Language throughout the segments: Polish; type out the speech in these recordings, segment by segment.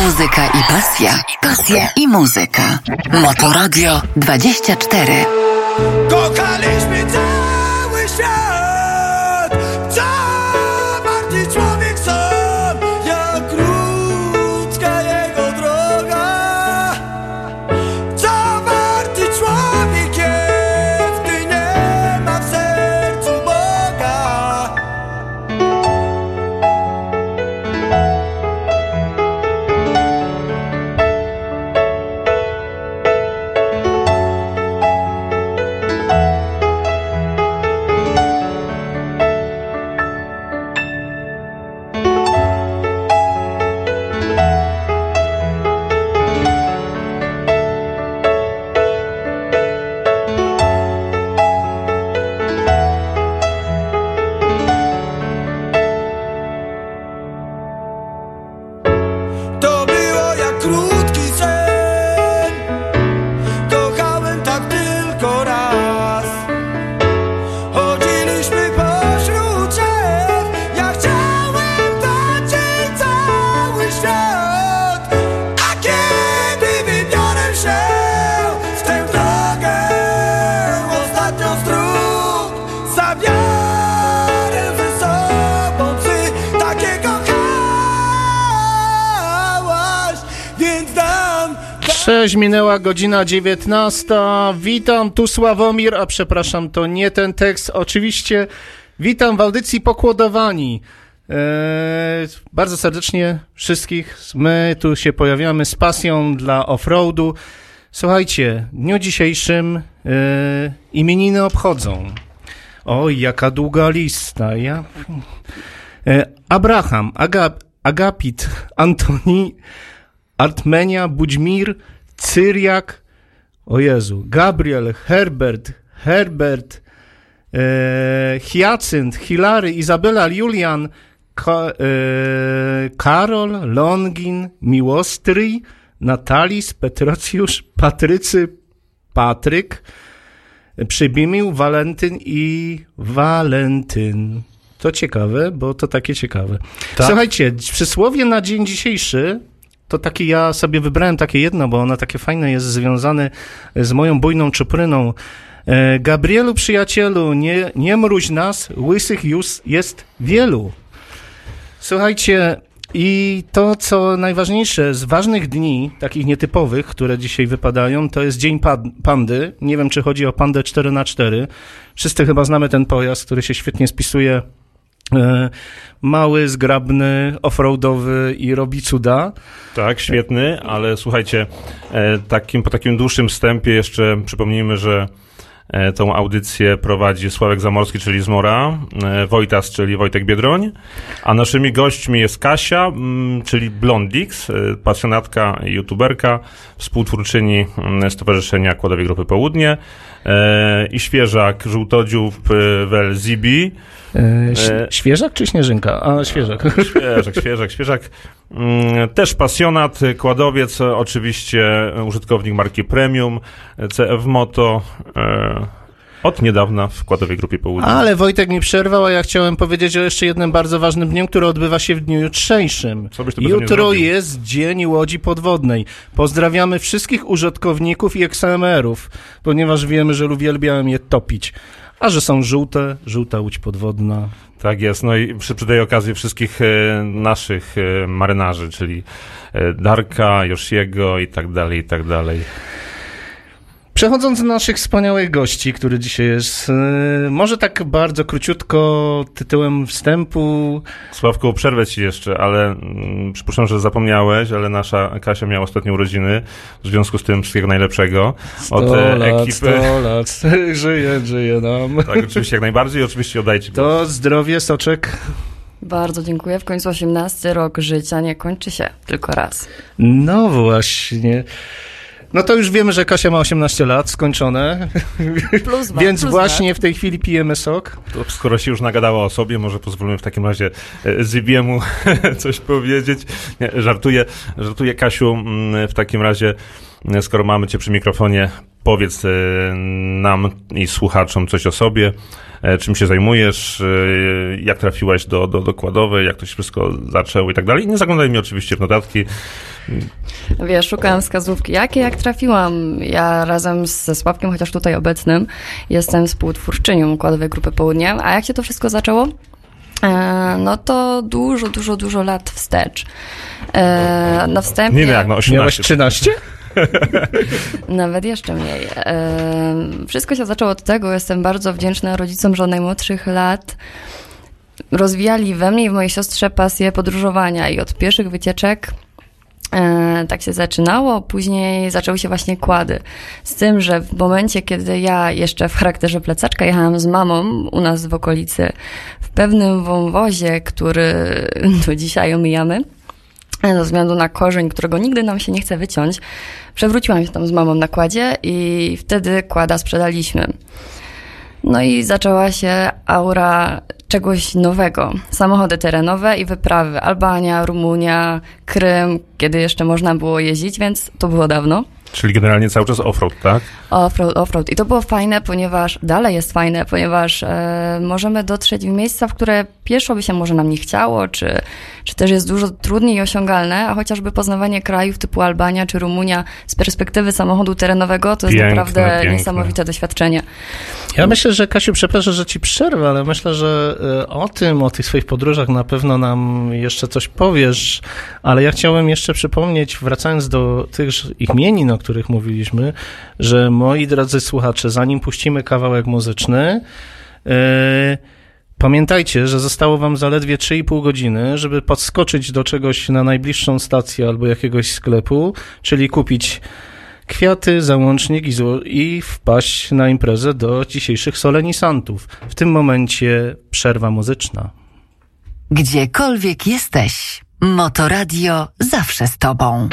Muzyka i pasja. Pasja i muzyka. Motoradio 24. Kochaliśmy cały świat. Co bardziej człowiek sam, jak krótka jego droga. Co warty człowiek jest, gdy nie ma w sercu Boga. To było jak krótki sen. Kochałem tak tylko raz. Chodziliśmy pośród drzew. Ja chciałem tańczyć cały świat. A kiedy wybiorę się w tę drogę ostatnią z dróg, zabiorę ze sobą psy. Takiego więc dam. 6 minęła godzina 19. Witam, tu Sławomir, a przepraszam, to nie ten tekst. Oczywiście witam w audycji Pokłodowani. Bardzo serdecznie wszystkich. My tu się pojawiamy z pasją dla offroadu. Słuchajcie, w dniu dzisiejszym imieniny obchodzą. Oj, jaka długa lista. Abraham, Agapit, Antoni, Artmenia, Budźmir, Cyriak, o Jezu, Gabriel, Herbert, Hyacynt, Hilary, Izabela, Julian, Karol, Longin, Miłostryj, Natalis, Petrocjusz, Patrycy, Patryk, Przybimił, Walentyn i Walentyn. To ciekawe, bo to takie ciekawe. Tak. Słuchajcie, przysłowie na dzień dzisiejszy to takie, ja sobie wybrałem takie jedno, bo ono takie fajne jest, związane z moją bujną czupryną. Gabrielu, przyjacielu, nie mruź nas, łysych już jest wielu. Słuchajcie, i to, co najważniejsze z ważnych dni, takich nietypowych, które dzisiaj wypadają, to jest Dzień Pandy. Nie wiem, czy chodzi o Pandę 4x4. Wszyscy chyba znamy ten pojazd, który się świetnie spisuje. Mały, zgrabny, offroadowy i robi cuda. Tak, świetny, ale słuchajcie, po takim dłuższym wstępie jeszcze przypomnijmy, że tą audycję prowadzi Sławek Zamorski, czyli Zmora, Wojtas, czyli Wojtek Biedroń, a naszymi gośćmi jest Kasia, czyli Blondix, pasjonatka i youtuberka, współtwórczyni Stowarzyszenia Kładowej Grupy Południe, i świeżak, żółtodziób Wel Zibi. Świeżak czy Śnieżynka? A, świeżak. Świeżak. Też pasjonat, kładowiec, oczywiście użytkownik marki Premium, CF Moto, od niedawna w Kładowej Grupie Południe. Ale Wojtek mi przerwał, a ja chciałem powiedzieć o jeszcze jednym bardzo ważnym dniu, który odbywa się w dniu jutrzejszym. Jutro jest Dzień Łodzi Podwodnej. Pozdrawiamy wszystkich użytkowników i XMR-ów, ponieważ wiemy, że uwielbiałem je topić. A że są żółta łódź podwodna. Tak jest, no i przy tej okazji wszystkich naszych marynarzy, czyli Darka, Josiego i tak dalej. Przechodząc do naszych wspaniałych gości, który dzisiaj jest, może tak bardzo króciutko tytułem wstępu. Sławku, przerwę ci jeszcze, ale przypuszczam, że zapomniałeś, ale nasza Kasia miała ostatnie urodziny, w związku z tym wszystkiego najlepszego. 100 lat, żyje nam. Tak, oczywiście jak najbardziej, oczywiście oddajcie. To zdrowie, soczek. Bardzo dziękuję. W końcu 18 rok życia nie kończy się tylko raz. No właśnie. No to już wiemy, że Kasia ma 18 lat, skończone. Więc właśnie w tej chwili pijemy sok. To skoro się już nagadała o sobie, może pozwolimy w takim razie Zibiemu coś powiedzieć. Nie, żartuję Kasiu, w takim razie, skoro mamy cię przy mikrofonie, powiedz nam i słuchaczom coś o sobie, czym się zajmujesz, jak trafiłaś do Kładowej, jak to się wszystko zaczęło i tak dalej. Nie zaglądaj mi oczywiście w notatki. Wiesz, szukałam wskazówki. Jak trafiłam? Ja razem ze Sławkiem, chociaż tutaj obecnym, jestem współtwórczynią Kładowej Grupy Południe. A jak się to wszystko zaczęło? No to dużo lat wstecz. Na wstępie... Nie, jak na 18. Miałeś 13? Nawet jeszcze mniej. Wszystko się zaczęło od tego, jestem bardzo wdzięczna rodzicom, że od najmłodszych lat rozwijali we mnie i w mojej siostrze pasję podróżowania i od pierwszych wycieczek tak się zaczynało, później zaczęły się właśnie kłady. Z tym, że w momencie, kiedy ja jeszcze w charakterze plecaczka jechałam z mamą u nas w okolicy w pewnym wąwozie, który do dzisiaj omijamy, ze względu na korzeń, którego nigdy nam się nie chce wyciąć, przewróciłam się tam z mamą na kładzie i wtedy kłada sprzedaliśmy. No i zaczęła się aura czegoś nowego. Samochody terenowe i wyprawy. Albania, Rumunia, Krym, kiedy jeszcze można było jeździć, więc to było dawno. Czyli generalnie cały czas offroad, tak? Offroad. I to było fajne, ponieważ dalej jest fajne, ponieważ możemy dotrzeć w miejsca, w które pieszo by się może nam nie chciało, czy też jest dużo trudniej osiągalne, a chociażby poznawanie krajów typu Albania czy Rumunia z perspektywy samochodu terenowego to jest naprawdę niesamowite doświadczenie. Ja myślę, że Kasiu, przepraszam, że ci przerwę, ale myślę, że o tych swoich podróżach na pewno nam jeszcze coś powiesz, ale ja chciałem jeszcze przypomnieć, wracając do tych imienin, o których mówiliśmy, że moi drodzy słuchacze, zanim puścimy kawałek muzyczny, pamiętajcie, że zostało wam zaledwie 3,5 godziny, żeby podskoczyć do czegoś na najbliższą stację albo jakiegoś sklepu, czyli kupić kwiaty, załącznik i wpaść na imprezę do dzisiejszych solenisantów. W tym momencie przerwa muzyczna. Gdziekolwiek jesteś, Motoradio zawsze z tobą.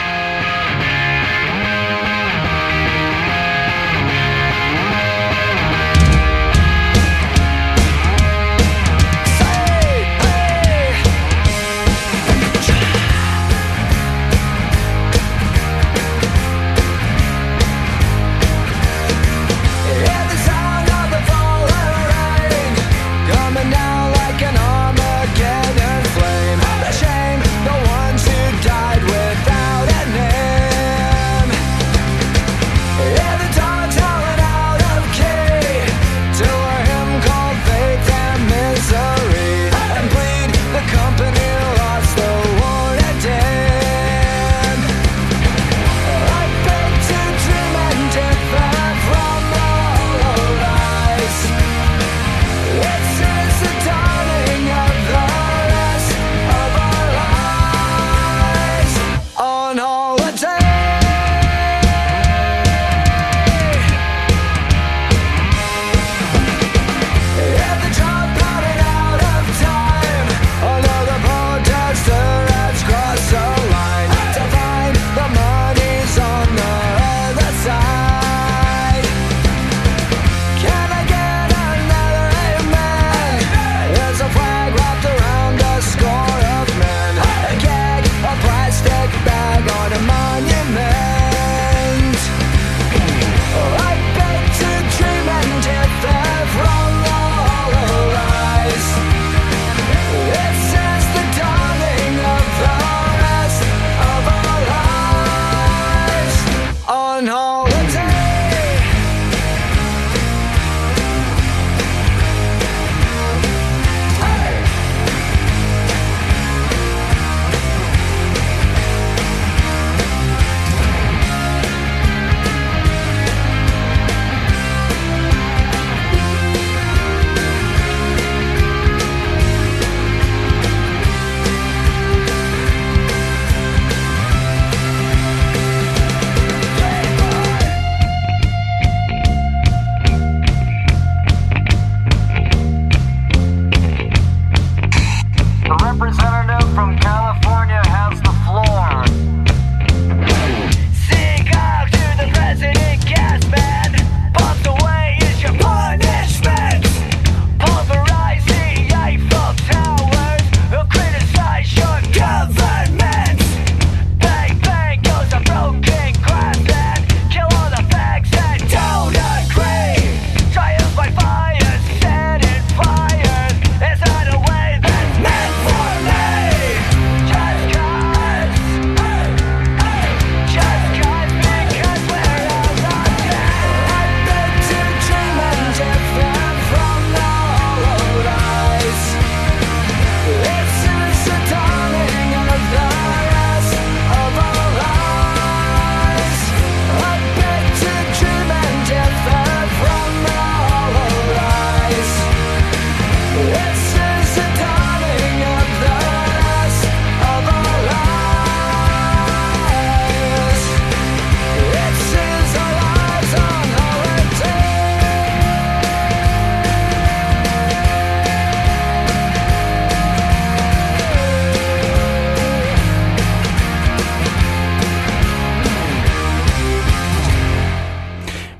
Armageddon flame. Shame the ones who died without a name.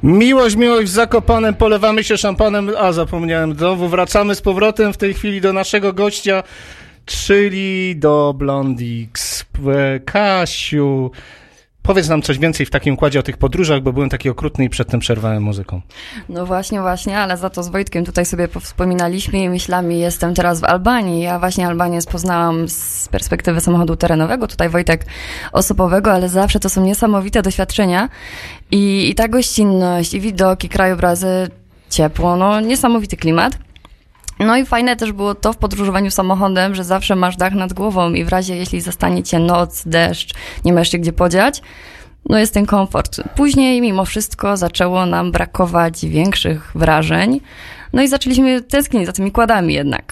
Miłość w Zakopanem, polewamy się szampanem, zapomniałem znowu, wracamy z powrotem w tej chwili do naszego gościa, czyli do Blondix. Kasiu, powiedz nam coś więcej w takim układzie o tych podróżach, bo byłem taki okrutny i przedtem przerwałem muzyką. No właśnie, ale za to z Wojtkiem tutaj sobie powspominaliśmy i myślami jestem teraz w Albanii. Ja właśnie Albanię poznałam z perspektywy samochodu terenowego, tutaj Wojtek osobowego, ale zawsze to są niesamowite doświadczenia i ta gościnność, i widoki, krajobrazy, ciepło, no niesamowity klimat. No i fajne też było to w podróżowaniu samochodem, że zawsze masz dach nad głową i w razie jeśli zastanie cię noc, deszcz, nie masz się gdzie podziać, no jest ten komfort. Później mimo wszystko zaczęło nam brakować większych wrażeń, no i zaczęliśmy tęsknić za tymi kładami jednak.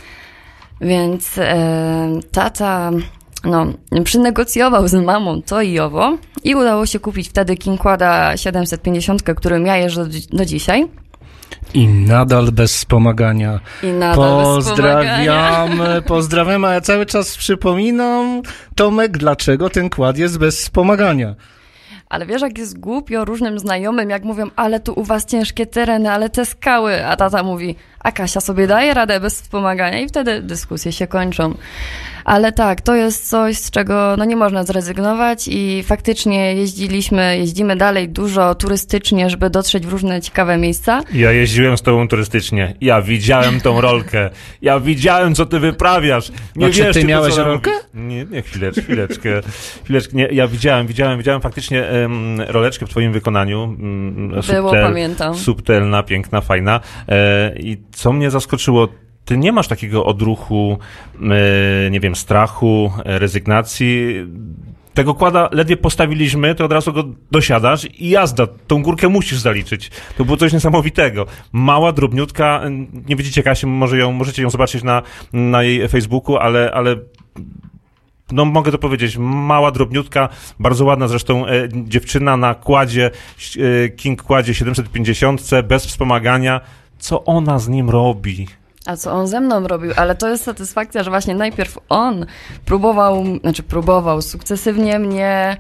Więc tata przynegocjował z mamą to i owo i udało się kupić wtedy King Quada 750, którym ja jeżdżę do dzisiaj. I nadal bez wspomagania. Pozdrawiamy, a ja cały czas przypominam, Tomek, dlaczego ten quad jest bez wspomagania. Ale wiesz, jak jest głupio różnym znajomym, jak mówią, ale tu u was ciężkie tereny, ale te skały, a tata mówi, a Kasia sobie daje radę bez wspomagania i wtedy dyskusje się kończą. Ale tak, to jest coś, z czego nie można zrezygnować i faktycznie jeździmy dalej dużo turystycznie, żeby dotrzeć w różne ciekawe miejsca. Ja jeździłem z tobą turystycznie. Ja widziałem tą rolkę. Ja widziałem, co ty wyprawiasz. Nie wiesz, ty miałeś rolkę? Nie, chwileczkę. Nie, ja widziałem faktycznie roleczkę w twoim wykonaniu. Pamiętam. Subtelna, piękna, fajna. I co mnie zaskoczyło, ty nie masz takiego odruchu, nie wiem, strachu, rezygnacji. Tego quada ledwie postawiliśmy, to od razu go dosiadasz i jazda. Tą górkę musisz zaliczyć. To było coś niesamowitego. Mała, drobniutka, nie widzicie Kasi, możecie ją zobaczyć na jej Facebooku, ale no mogę to powiedzieć, mała, drobniutka, bardzo ładna zresztą dziewczyna na kładzie, King Quadzie 750, bez wspomagania. Co ona z nim robi? A co on ze mną robił? Ale to jest satysfakcja, że właśnie najpierw on próbował sukcesywnie mnie...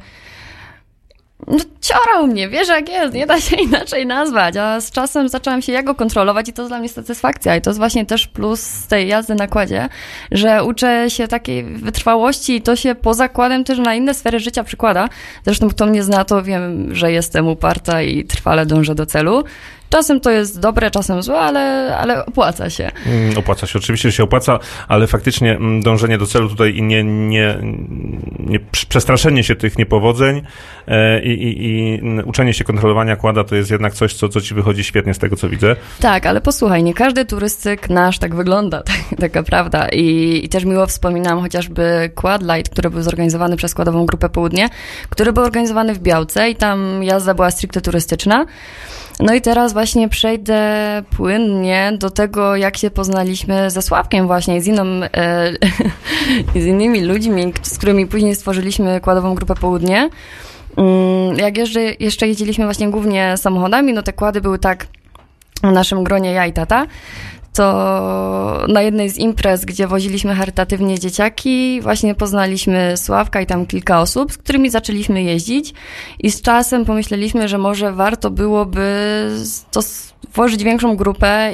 ciorał mnie, wiesz jak jest, nie da się inaczej nazwać, a z czasem zaczęłam się ja go kontrolować i to jest dla mnie satysfakcja i to jest właśnie też plus z tej jazdy na kładzie, że uczę się takiej wytrwałości i to się poza kładem też na inne sfery życia przykłada. Zresztą kto mnie zna, to wiem, że jestem uparta i trwale dążę do celu. Czasem to jest dobre, czasem złe, ale opłaca się. Opłaca się, oczywiście się opłaca, ale faktycznie dążenie do celu tutaj i nie przestraszenie się tych niepowodzeń i uczenie się kontrolowania quada to jest jednak coś, co ci wychodzi świetnie z tego, co widzę. Tak, ale posłuchaj, nie każdy turystyk nasz tak wygląda, taka prawda. I też miło wspominam chociażby Quad Light, który był zorganizowany przez Quadową Grupę Południe, który był organizowany w Białce i tam jazda była stricte turystyczna. No i teraz właśnie przejdę płynnie do tego, jak się poznaliśmy ze Sławkiem właśnie, z innymi ludźmi, z którymi później stworzyliśmy Quadową Grupę Południe. Jak jeszcze jeździliśmy właśnie głównie samochodami, no te quady były tak w naszym gronie ja i tata. To na jednej z imprez, gdzie woziliśmy charytatywnie dzieciaki, właśnie poznaliśmy Sławka i tam kilka osób, z którymi zaczęliśmy jeździć i z czasem pomyśleliśmy, że może warto byłoby to stworzyć większą grupę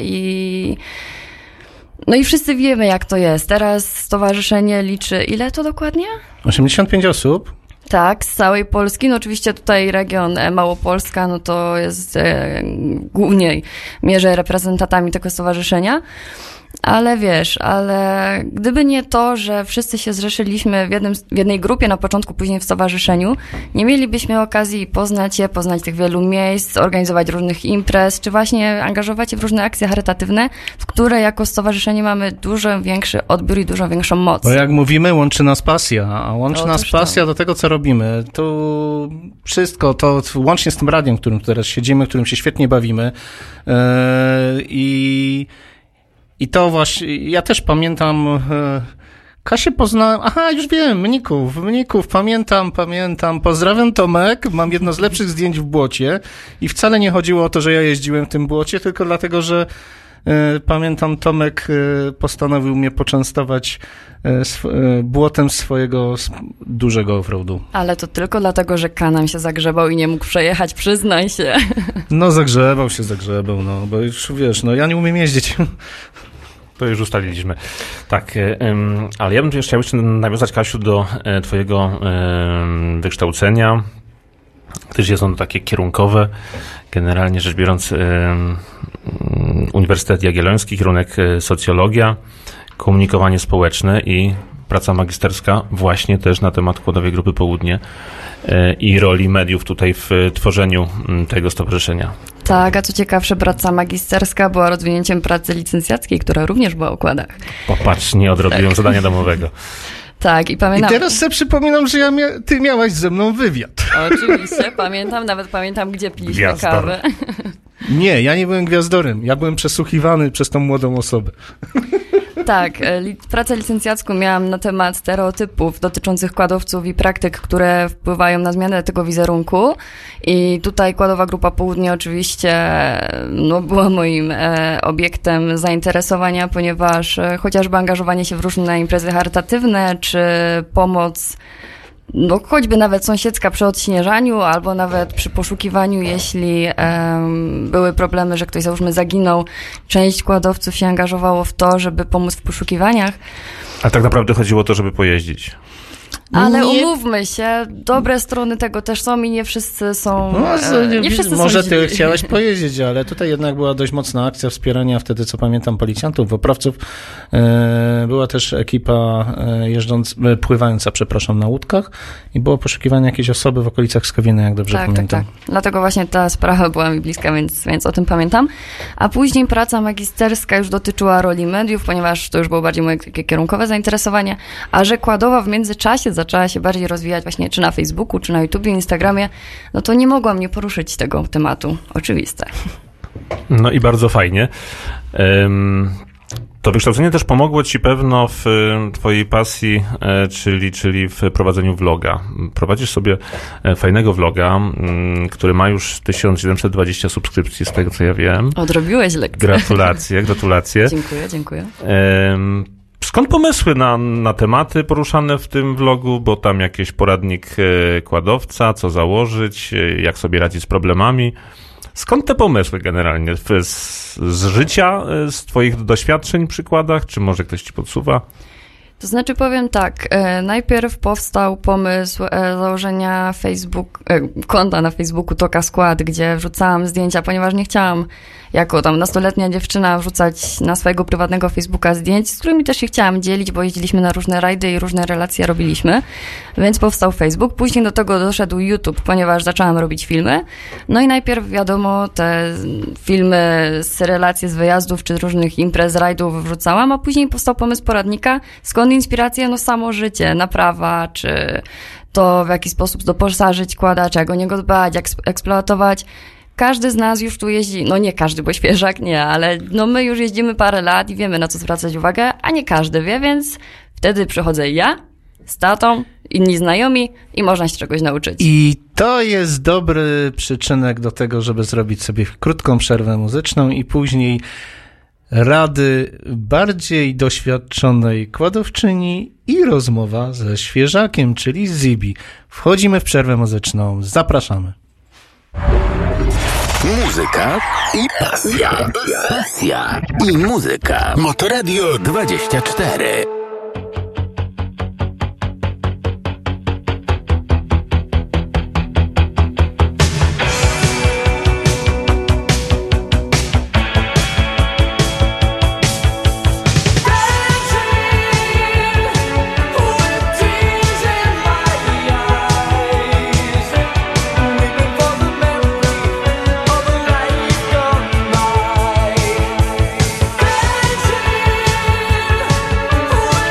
no i wszyscy wiemy, jak to jest. Teraz stowarzyszenie liczy ile to dokładnie? 85 osób. Tak, z całej Polski. No oczywiście tutaj region Małopolska, no to jest głównie mierzę reprezentantami tego stowarzyszenia. Ale wiesz, gdyby nie to, że wszyscy się zrzeszyliśmy w jednej grupie na początku, później w stowarzyszeniu, nie mielibyśmy okazji poznać tych wielu miejsc, organizować różnych imprez, czy właśnie angażować się w różne akcje charytatywne, w które jako stowarzyszenie mamy dużo większy odbiór i dużo większą moc. Bo jak mówimy, łączy nas pasja, a łączy nas pasja do tego, co robimy. To wszystko, to łącznie z tym radiem, w którym teraz siedzimy, w którym się świetnie bawimy I to właśnie, ja też pamiętam, Kasię poznałem, już wiem, Mników, pamiętam, pozdrawiam Tomek, mam jedno z lepszych zdjęć w błocie i wcale nie chodziło o to, że ja jeździłem w tym błocie, tylko dlatego, że Pamiętam, Tomek postanowił mnie poczęstować błotem swojego dużego offroadu. Ale to tylko dlatego, że Kanam się zagrzebał i nie mógł przejechać, przyznaj się. No zagrzebał, no bo już wiesz, no ja nie umiem jeździć. To już ustaliliśmy. Tak, ale ja bym tu jeszcze chciał nawiązać, Kasiu, do twojego wykształcenia, gdyż jest ono takie kierunkowe. Generalnie rzecz biorąc, Uniwersytet Jagielloński, kierunek socjologia, komunikowanie społeczne i praca magisterska właśnie też na temat Kładowej Grupy Południe i roli mediów tutaj w tworzeniu tego stowarzyszenia. Tak, a co ciekawsze, praca magisterska była rozwinięciem pracy licencjackiej, która również była o kładach. Popatrz, nie odrobiłem zadania domowego. Tak, i pamiętam... I teraz sobie przypominam, że ty miałaś ze mną wywiad. Oczywiście, pamiętam, nawet pamiętam, gdzie piliśmy Gwiazdor. kawę. Nie, ja nie byłem gwiazdorem, ja byłem przesłuchiwany przez tą młodą osobę. Tak, pracę licencjacką miałam na temat stereotypów dotyczących kładowców i praktyk, które wpływają na zmianę tego wizerunku. I tutaj Kładowa Grupa Południe oczywiście była moim obiektem zainteresowania, ponieważ chociażby angażowanie się w różne imprezy charytatywne, czy pomoc choćby nawet sąsiedzka przy odśnieżaniu, albo nawet przy poszukiwaniu, jeśli były problemy, że ktoś załóżmy zaginął, część kładowców się angażowało w to, żeby pomóc w poszukiwaniach. A tak naprawdę chodziło o to, żeby pojeździć. Ale umówmy się, dobre strony tego też są i nie wszyscy są nie wszyscy może są ty źli. chciałeś pojeździć, ale tutaj jednak była dość mocna akcja wspierania wtedy, co pamiętam, policjantów, woprowców. Była też ekipa pływająca, na łódkach i było poszukiwanie jakiejś osoby w okolicach Skowiny, jak dobrze pamiętam. Tak. Dlatego właśnie ta sprawa była mi bliska, więc o tym pamiętam. A później praca magisterska już dotyczyła roli mediów, ponieważ to już było bardziej moje takie kierunkowe zainteresowanie, a że Kładowa w międzyczasie zaczęła się bardziej rozwijać właśnie czy na Facebooku, czy na YouTubie, Instagramie, no to nie mogłam nie poruszyć tego tematu. Oczywiste. No i bardzo fajnie. To wykształcenie też pomogło ci pewno w twojej pasji, czyli w prowadzeniu vloga. Prowadzisz sobie fajnego vloga, który ma już 1720 subskrypcji, z tego co ja wiem. Odrobiłeś lekcję. Gratulacje. Dziękuję. Skąd pomysły na tematy poruszane w tym vlogu, bo tam jakiś poradnik kładowca, co założyć, jak sobie radzić z problemami. Skąd te pomysły generalnie? Z życia, z twoich doświadczeń, przykładach, czy może ktoś ci podsuwa? To znaczy powiem tak, najpierw powstał pomysł założenia konta na Facebooku Toka Skład, gdzie wrzucałam zdjęcia, ponieważ nie chciałam jako tam nastoletnia dziewczyna wrzucać na swojego prywatnego Facebooka zdjęć, z którymi też się chciałam dzielić, bo jeździliśmy na różne rajdy i różne relacje robiliśmy, więc powstał Facebook. Później do tego doszedł YouTube, ponieważ zaczęłam robić filmy. No i najpierw wiadomo, te filmy z relacji z wyjazdów czy różnych imprez, rajdów wrzucałam, a później powstał pomysł poradnika. Skąd inspiracja? No samo życie, naprawa, czy to w jaki sposób doposażyć kłada, czego o niego dbać, jak eksploatować. Każdy z nas już tu jeździ, no nie każdy, bo świeżak nie, ale no my już jeździmy parę lat i wiemy, na co zwracać uwagę, a nie każdy wie, więc wtedy przychodzę ja z tatą, inni znajomi i można się czegoś nauczyć. I to jest dobry przyczynek do tego, żeby zrobić sobie krótką przerwę muzyczną i później rady bardziej doświadczonej kładowczyni i rozmowa ze świeżakiem, czyli Zibi. Wchodzimy w przerwę muzyczną. Zapraszamy. Muzyka i pasja. Pasja i muzyka. Motoradio 24. Dancing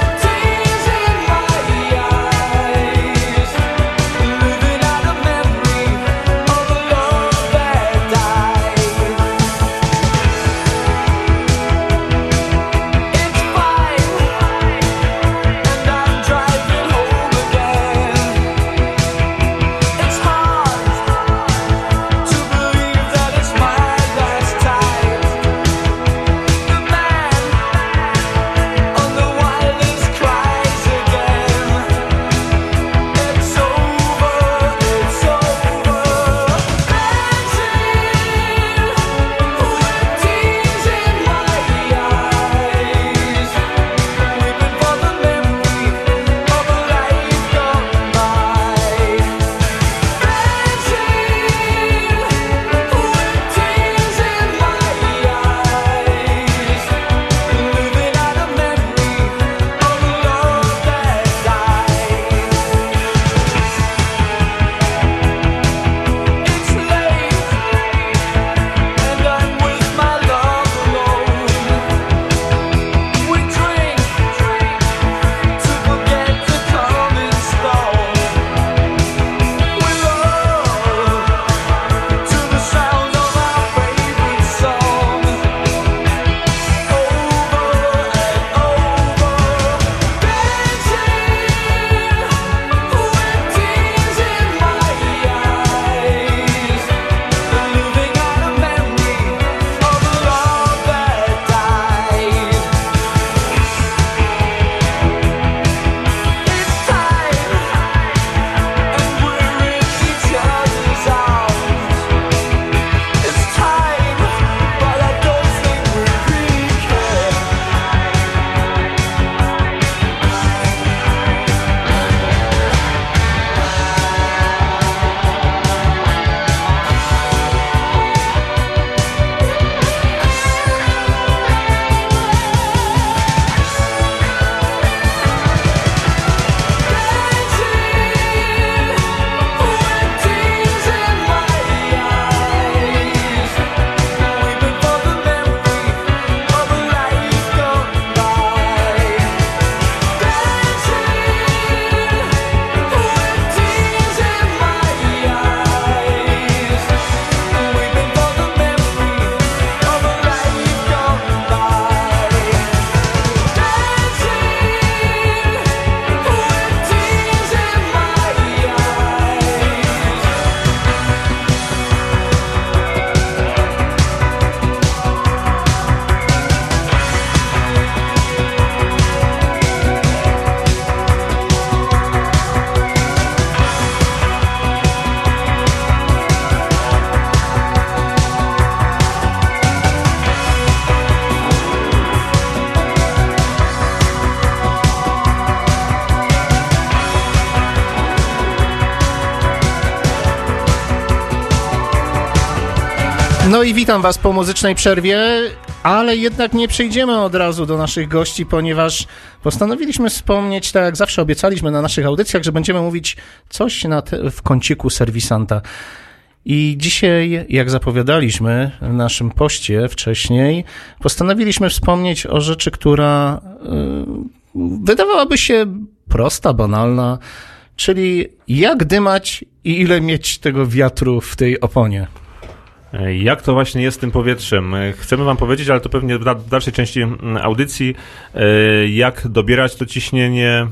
No i witam Was po muzycznej przerwie, ale jednak nie przejdziemy od razu do naszych gości, ponieważ postanowiliśmy wspomnieć, tak jak zawsze obiecaliśmy na naszych audycjach, że będziemy mówić coś w kąciku serwisanta. I dzisiaj, jak zapowiadaliśmy w naszym poście wcześniej, postanowiliśmy wspomnieć o rzeczy, która wydawałaby się prosta, banalna, czyli jak dymać i ile mieć tego wiatru w tej oponie. Jak to właśnie jest z tym powietrzem? Chcemy wam powiedzieć, ale to pewnie w dalszej części audycji, jak dobierać to ciśnienie,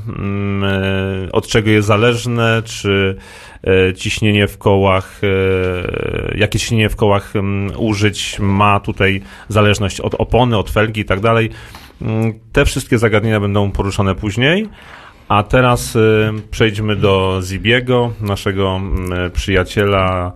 od czego jest zależne, czy ciśnienie w kołach, jakie ciśnienie w kołach użyć ma tutaj zależność od opony, od felgi i tak dalej. Te wszystkie zagadnienia będą poruszone później. A teraz przejdźmy do Zibiego, naszego przyjaciela,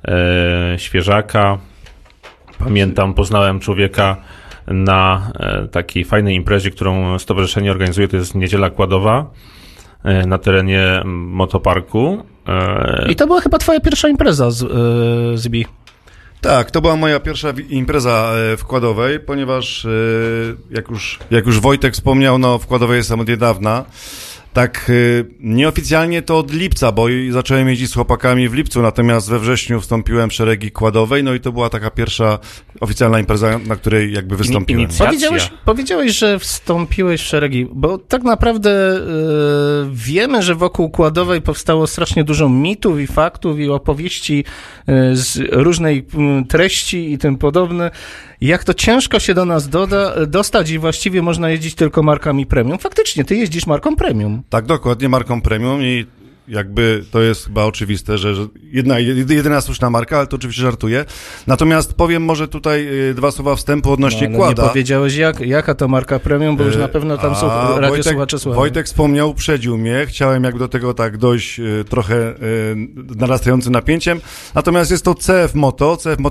świeżaka. Pamiętam, poznałem człowieka na takiej fajnej imprezie, którą stowarzyszenie organizuje, to jest Niedziela Kładowa na terenie motoparku. I to była chyba twoja pierwsza impreza, Zibi. Tak, to była moja pierwsza impreza w Kładowej, ponieważ jak już Wojtek wspomniał, no w Kładowej jestem od niedawna. Tak nieoficjalnie to od lipca, bo zacząłem jeździć z chłopakami w lipcu, natomiast we wrześniu wstąpiłem w szeregi Kładowej, no i to była taka pierwsza oficjalna impreza, na której jakby wystąpiłem. Powiedziałeś, że wstąpiłeś w szeregi, bo tak naprawdę wiemy, że wokół Kładowej powstało strasznie dużo mitów i faktów i opowieści z różnej treści i tym podobne. Jak to ciężko się do nas dostać i właściwie można jeździć tylko markami premium. Faktycznie, ty jeździsz marką premium. Tak, dokładnie, marką premium i jakby to jest chyba oczywiste, że jedyna słuszna marka, ale to oczywiście żartuję. Natomiast powiem może tutaj dwa słowa wstępu odnośnie Kłada. Nie powiedziałeś jaka to marka premium, bo już na pewno tam są radiosłuchacze słuchają. Wojtek wspomniał, uprzedził mnie, chciałem jakby do tego tak dojść trochę narastającym napięciem. Natomiast jest to CF Moto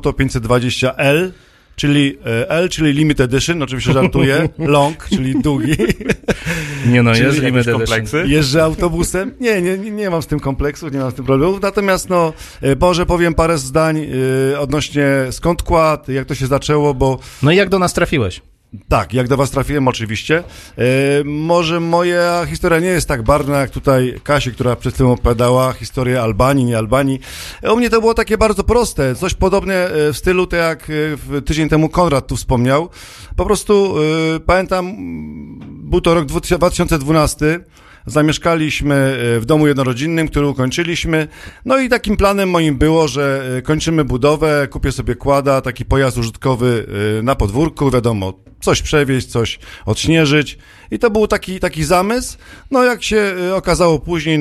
520L. Czyli Limited Edition, oczywiście żartuję, long, czyli długi. Nie no, jest Limited Edition. Jeżdżę autobusem. Nie mam z tym kompleksów, nie mam z tym problemów. Natomiast może powiem parę zdań odnośnie skąd Kład, jak to się zaczęło, bo... No i jak do nas trafiłeś? Tak, jak do was trafiłem, oczywiście. Może moja historia nie jest tak barwna, jak tutaj Kasi, która przed tym opowiadała historię Albanii, nie Albanii. U mnie to było takie bardzo proste, coś podobne w stylu, tak jak tydzień temu Konrad tu wspomniał. Po prostu pamiętam, był to rok 2012, zamieszkaliśmy w domu jednorodzinnym, który ukończyliśmy. No i takim planem moim było, że kończymy budowę, kupię sobie Kłada, taki pojazd użytkowy na podwórku, wiadomo, coś przewieźć, coś odśnieżyć. I to był taki zamysł. No jak się okazało później,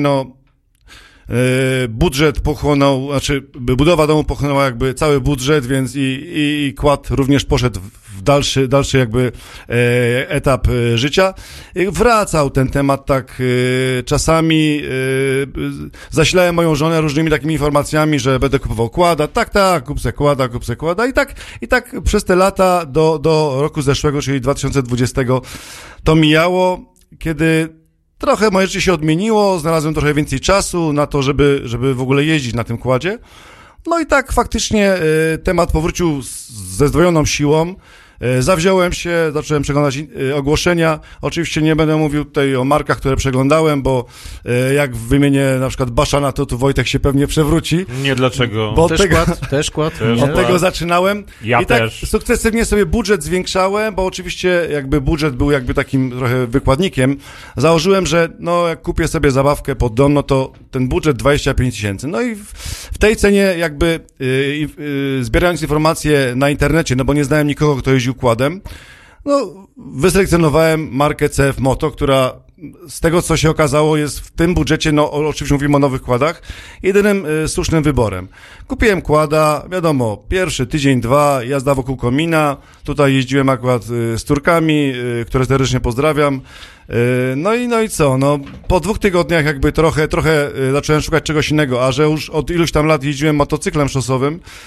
budżet pochłonął, znaczy budowa domu pochłonęła jakby cały budżet, więc i Kład również poszedł w dalszy jakby etap życia. Wracał ten temat tak czasami, zasilałem moją żonę różnymi takimi informacjami, że będę kupował Kłada, tak, kup se Kłada i tak przez te lata do roku zeszłego, czyli 2020 to mijało, kiedy trochę moje życie się odmieniło, znalazłem trochę więcej czasu na to, żeby w ogóle jeździć na tym Kładzie. No i tak faktycznie temat powrócił ze zdwojoną siłą. Zawziąłem się, zacząłem przeglądać ogłoszenia. Oczywiście nie będę mówił tutaj o markach, które przeglądałem, bo jak wymienię na przykład Baszana, to tu Wojtek się pewnie przewróci. Nie, dlaczego? Bo też kład. Od tego zaczynałem. Ja i tak też. Sukcesywnie sobie budżet zwiększałem, bo oczywiście jakby budżet był jakby takim trochę wykładnikiem. Założyłem, że jak kupię sobie zabawkę pod dom, no to ten budżet 25 000. No i w tej cenie jakby zbierając informacje na internecie, no bo nie znałem nikogo, kto jeździł Kładem, wyselekcjonowałem markę CF Moto, która z tego, co się okazało, jest w tym budżecie, oczywiście mówimy o nowych Kładach, jedynym słusznym wyborem. Kupiłem Kłada, wiadomo, pierwszy tydzień, dwa, jazda wokół komina, tutaj jeździłem akurat z Turkami, które serdecznie pozdrawiam. No i co? Po 2 tygodniach jakby trochę zacząłem szukać czegoś innego, a że już od iluś tam lat jeździłem motocyklem szosowym,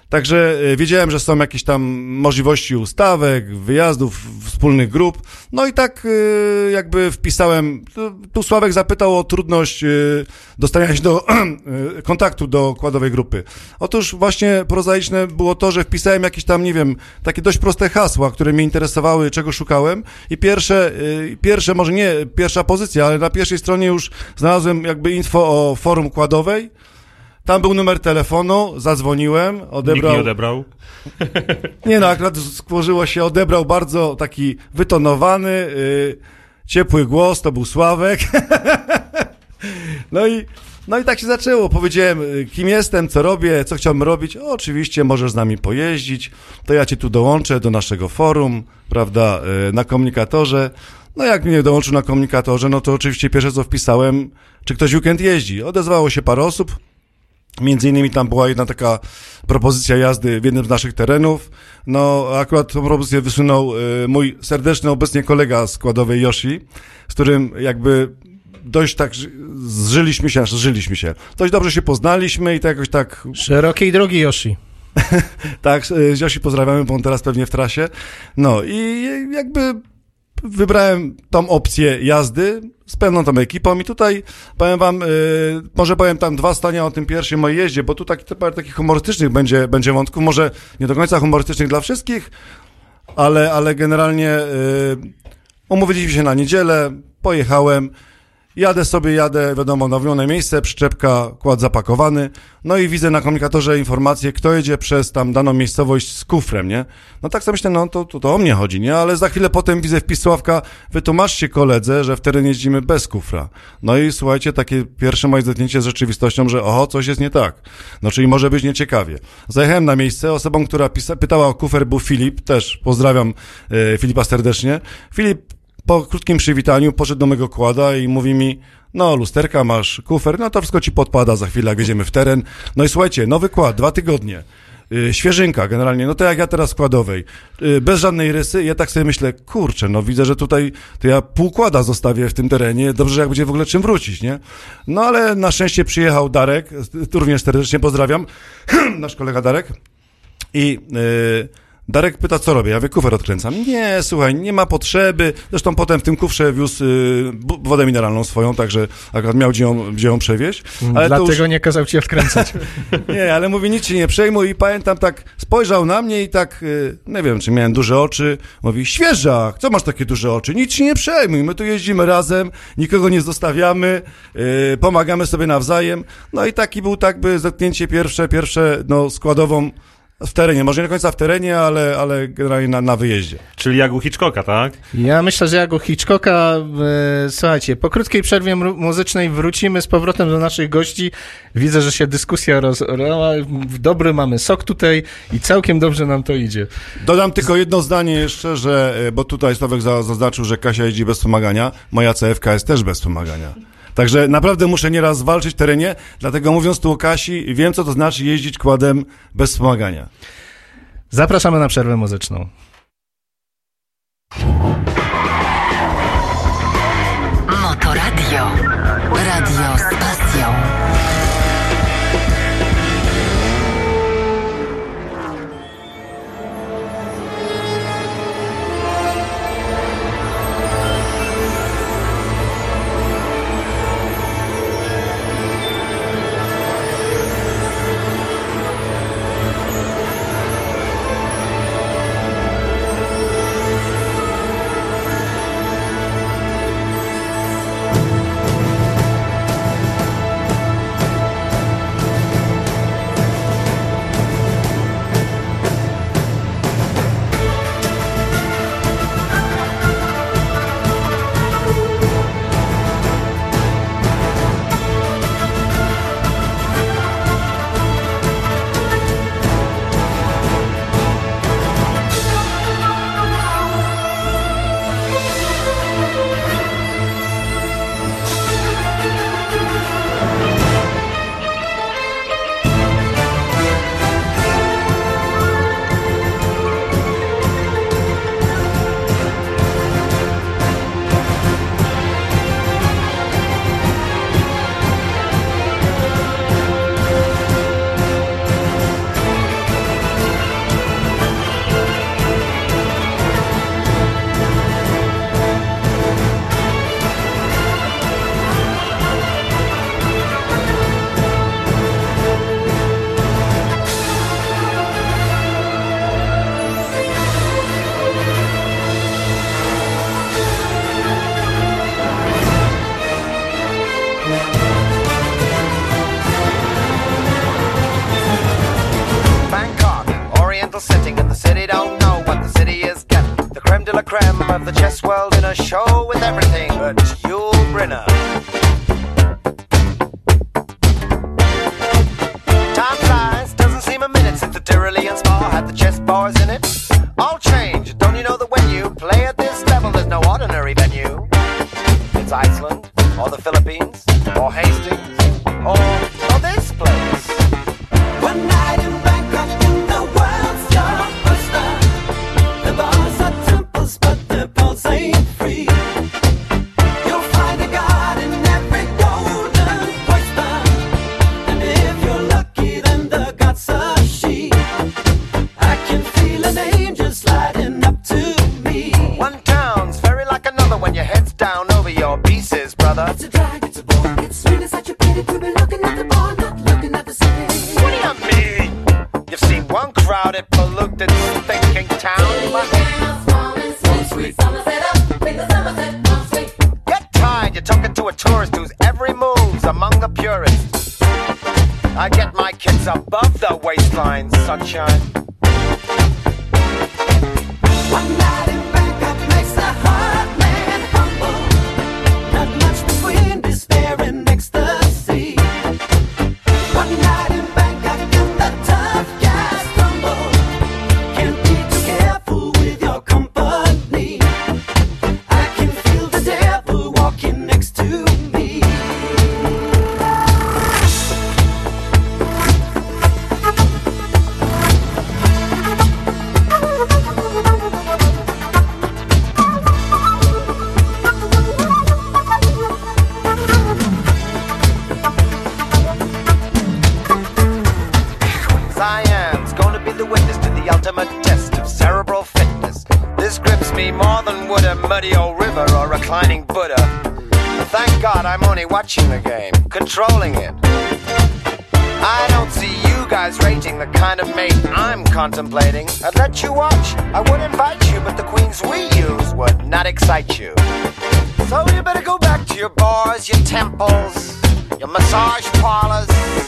Także wiedziałem, że są jakieś tam możliwości ustawek, wyjazdów, wspólnych grup. No i tak jakby wpisałem. Tu Sławek zapytał o trudność dostania się do kontaktu do kładowej grupy. Otóż właśnie prozaiczne było to, że wpisałem jakieś tam, nie wiem, takie dość proste hasła, które mnie interesowały, czego szukałem. I pierwsze, może nie pierwsza pozycja, ale na pierwszej stronie już znalazłem jakby info o forum kładowej. Tam był numer telefonu, zadzwoniłem, odebrał. Nikt nie odebrał. Nie no, akurat skłożyło się, odebrał bardzo taki wytonowany, ciepły głos, to był Sławek. No i tak się zaczęło. Powiedziałem, kim jestem, co robię, co chciałbym robić. O, oczywiście możesz z nami pojeździć, to ja cię tu dołączę do naszego forum, prawda, na komunikatorze. No jak mnie dołączył na komunikatorze, no to oczywiście pierwsze co wpisałem, czy ktoś w weekend jeździ. Odezwało się parę osób. Między innymi tam była jedna taka propozycja jazdy w jednym z naszych terenów. No, akurat tą propozycję wysunął mój serdeczny obecnie kolega składowej Yoshi, z którym jakby dość tak zżyliśmy się. Dość dobrze się poznaliśmy i to jakoś tak... Szerokiej drogi, Yoshi. Tak, z Yoshi pozdrawiamy, bo on teraz pewnie w trasie. No i jakby wybrałem tą opcję jazdy z pewną tą ekipą i tutaj powiem wam, może powiem tam 2 zdania o tym pierwszej mojej jeździe, bo tu parę takich humorystycznych będzie wątków, może nie do końca humorystycznych dla wszystkich, ale generalnie umówiliśmy się na niedzielę, pojechałem, jadę, wiadomo, nowione miejsce, przyczepka, kład zapakowany, no i widzę na komunikatorze informację, kto jedzie przez tam daną miejscowość z kufrem, nie? No tak sobie myślę, no to o mnie chodzi, nie? Ale za chwilę potem widzę wpis Sławka, wytłumaczcie koledze, że w teren jeździmy bez kufra. No i słuchajcie, takie pierwsze moje zetknięcie z rzeczywistością, że oho, coś jest nie tak. No czyli może być nieciekawie. Zajechałem na miejsce, osobą, która pytała o kufer był Filip, też pozdrawiam Filipa serdecznie. Filip po krótkim przywitaniu poszedł do mego kłada i mówi mi, no lusterka, masz kufer, no to wszystko ci podpada za chwilę, jak jedziemy w teren. No i słuchajcie, nowy kład, 2 tygodnie, świeżynka generalnie, no to jak ja teraz składowej, bez żadnej rysy, ja tak sobie myślę, kurczę, no widzę, że tutaj to ja pół kłada zostawię w tym terenie, dobrze, że jak będzie w ogóle czym wrócić, nie? No ale na szczęście przyjechał Darek, również serdecznie pozdrawiam, nasz kolega Darek i... Darek pyta, co robię? Ja mówię, kufer odkręcam. Nie, słuchaj, nie ma potrzeby. Zresztą potem w tym kufrze wiózł wodę mineralną swoją, także akurat miał gdzie ją przewieźć. Ale dlatego już... nie kazał ci odkręcać. Nie, ale mówi, nic ci nie przejmuj i pamiętam tak, spojrzał na mnie i tak, nie wiem, czy miałem duże oczy. Mówi, świeżak, co masz takie duże oczy? Nic ci nie przejmuj, my tu jeździmy razem, nikogo nie zostawiamy, pomagamy sobie nawzajem. No i taki był tak by zetknięcie pierwsze, no składową w terenie, może nie do końca w terenie, ale generalnie na wyjeździe. Czyli jak u Hitchcocka, tak? Ja myślę, że jak u Hitchcocka, słuchajcie, po krótkiej przerwie muzycznej wrócimy z powrotem do naszych gości. Widzę, że się dyskusja rozorała. Dobry mamy sok tutaj i całkiem dobrze nam to idzie. Dodam tylko jedno zdanie jeszcze, że, bo tutaj Sławek zaznaczył, że Kasia jeździ bez wspomagania. Moja CFK jest też bez wspomagania. Także naprawdę muszę nieraz walczyć w terenie, dlatego mówiąc tu o Kasi, wiem, co to znaczy jeździć kładem bez wspomagania. Zapraszamy na przerwę muzyczną. Motoradio. Radio z pasją. of the chess world in a show with everything but Yul Brynner. Time flies, doesn't seem a minute since the Tyrolean spa had the chess bars in it. All change, don't you know that when you play at this level, there's no ordinary venue? It's Iceland, or the Philippines, or Hastings, or this place. One night in Bangkok in the world's your oyster. The bars are temples, but the pulse ain't free. You'll find a god in every golden oyster, and if you're lucky, then the god's a she. I can feel an angel sliding up to me. One town's very like another when your head's down over your pieces, brother. It's a drag, it's a bore, it's really such a pity to be looking at the bar, not looking at the city. What do you mean? You've seen one crowded, polluted, thinking town. Get tired, you're talking to a tourist whose every move's among the purists. I get my kids above the waistline, sunshine. One night in Bangkok makes a hard man humble. Not much between despair and ecstasy. One night in Bangkok and the tough guys stumble. Can't be too careful with your company. I can feel the devil walking next to me. Cyan's going to be the witness to the ultimate test of cerebral fitness. This grips me more than would a muddy old river or reclining Buddha. Thank God I'm only watching the game, controlling it. I don't see you guys rating the kind of mate I'm contemplating. I'd let you watch, I would invite you, but the queens we use would not excite you. So you better go back to your bars, your temples, your massage parlors.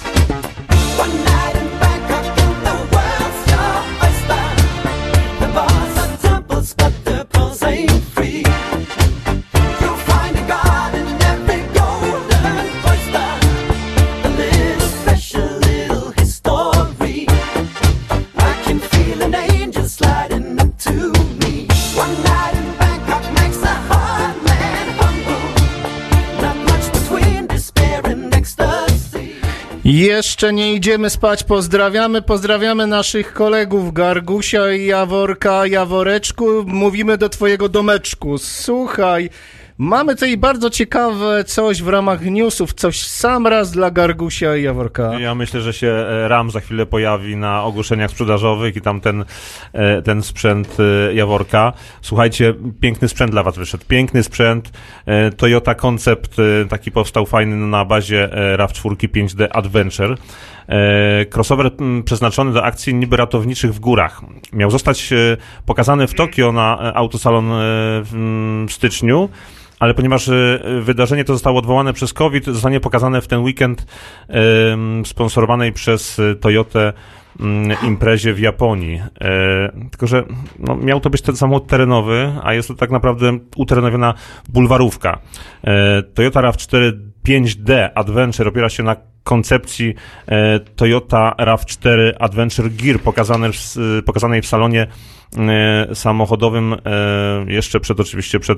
One night in Bangkok and the world's your oyster. The bars are temples, but the pulse ain't free. You'll find a god in every golden oyster. A little special, little history. I can feel an angel sliding up to me. One night in Bangkok makes a hard man humble. Not much between despair and ecstasy. Jeszcze nie idziemy spać, pozdrawiamy naszych kolegów Gargusia i Jaworka. Jaworeczku, mówimy do twojego domeczku. Słuchaj, mamy tutaj bardzo ciekawe coś w ramach newsów, coś sam raz dla Gargusia i Jaworka. Ja myślę, że się RAM za chwilę pojawi na ogłoszeniach sprzedażowych i tam ten sprzęt Jaworka. Słuchajcie, piękny sprzęt dla was wyszedł. Piękny sprzęt. Toyota Concept taki powstał fajny na bazie RAV4 5D Adventure. Crossover przeznaczony do akcji niby ratowniczych w górach. Miał zostać pokazany w Tokio na Autosalon w styczniu, ale ponieważ wydarzenie to zostało odwołane przez COVID, zostanie pokazane w ten weekend sponsorowanej przez Toyotę imprezie w Japonii. Tylko że no, miał to być ten samochód terenowy, a jest to tak naprawdę uterenowiona bulwarówka. Toyota RAV4 5D Adventure opiera się na koncepcji Toyota RAV4 Adventure Gear pokazanej w salonie samochodowym jeszcze oczywiście przed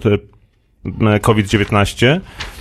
COVID-19.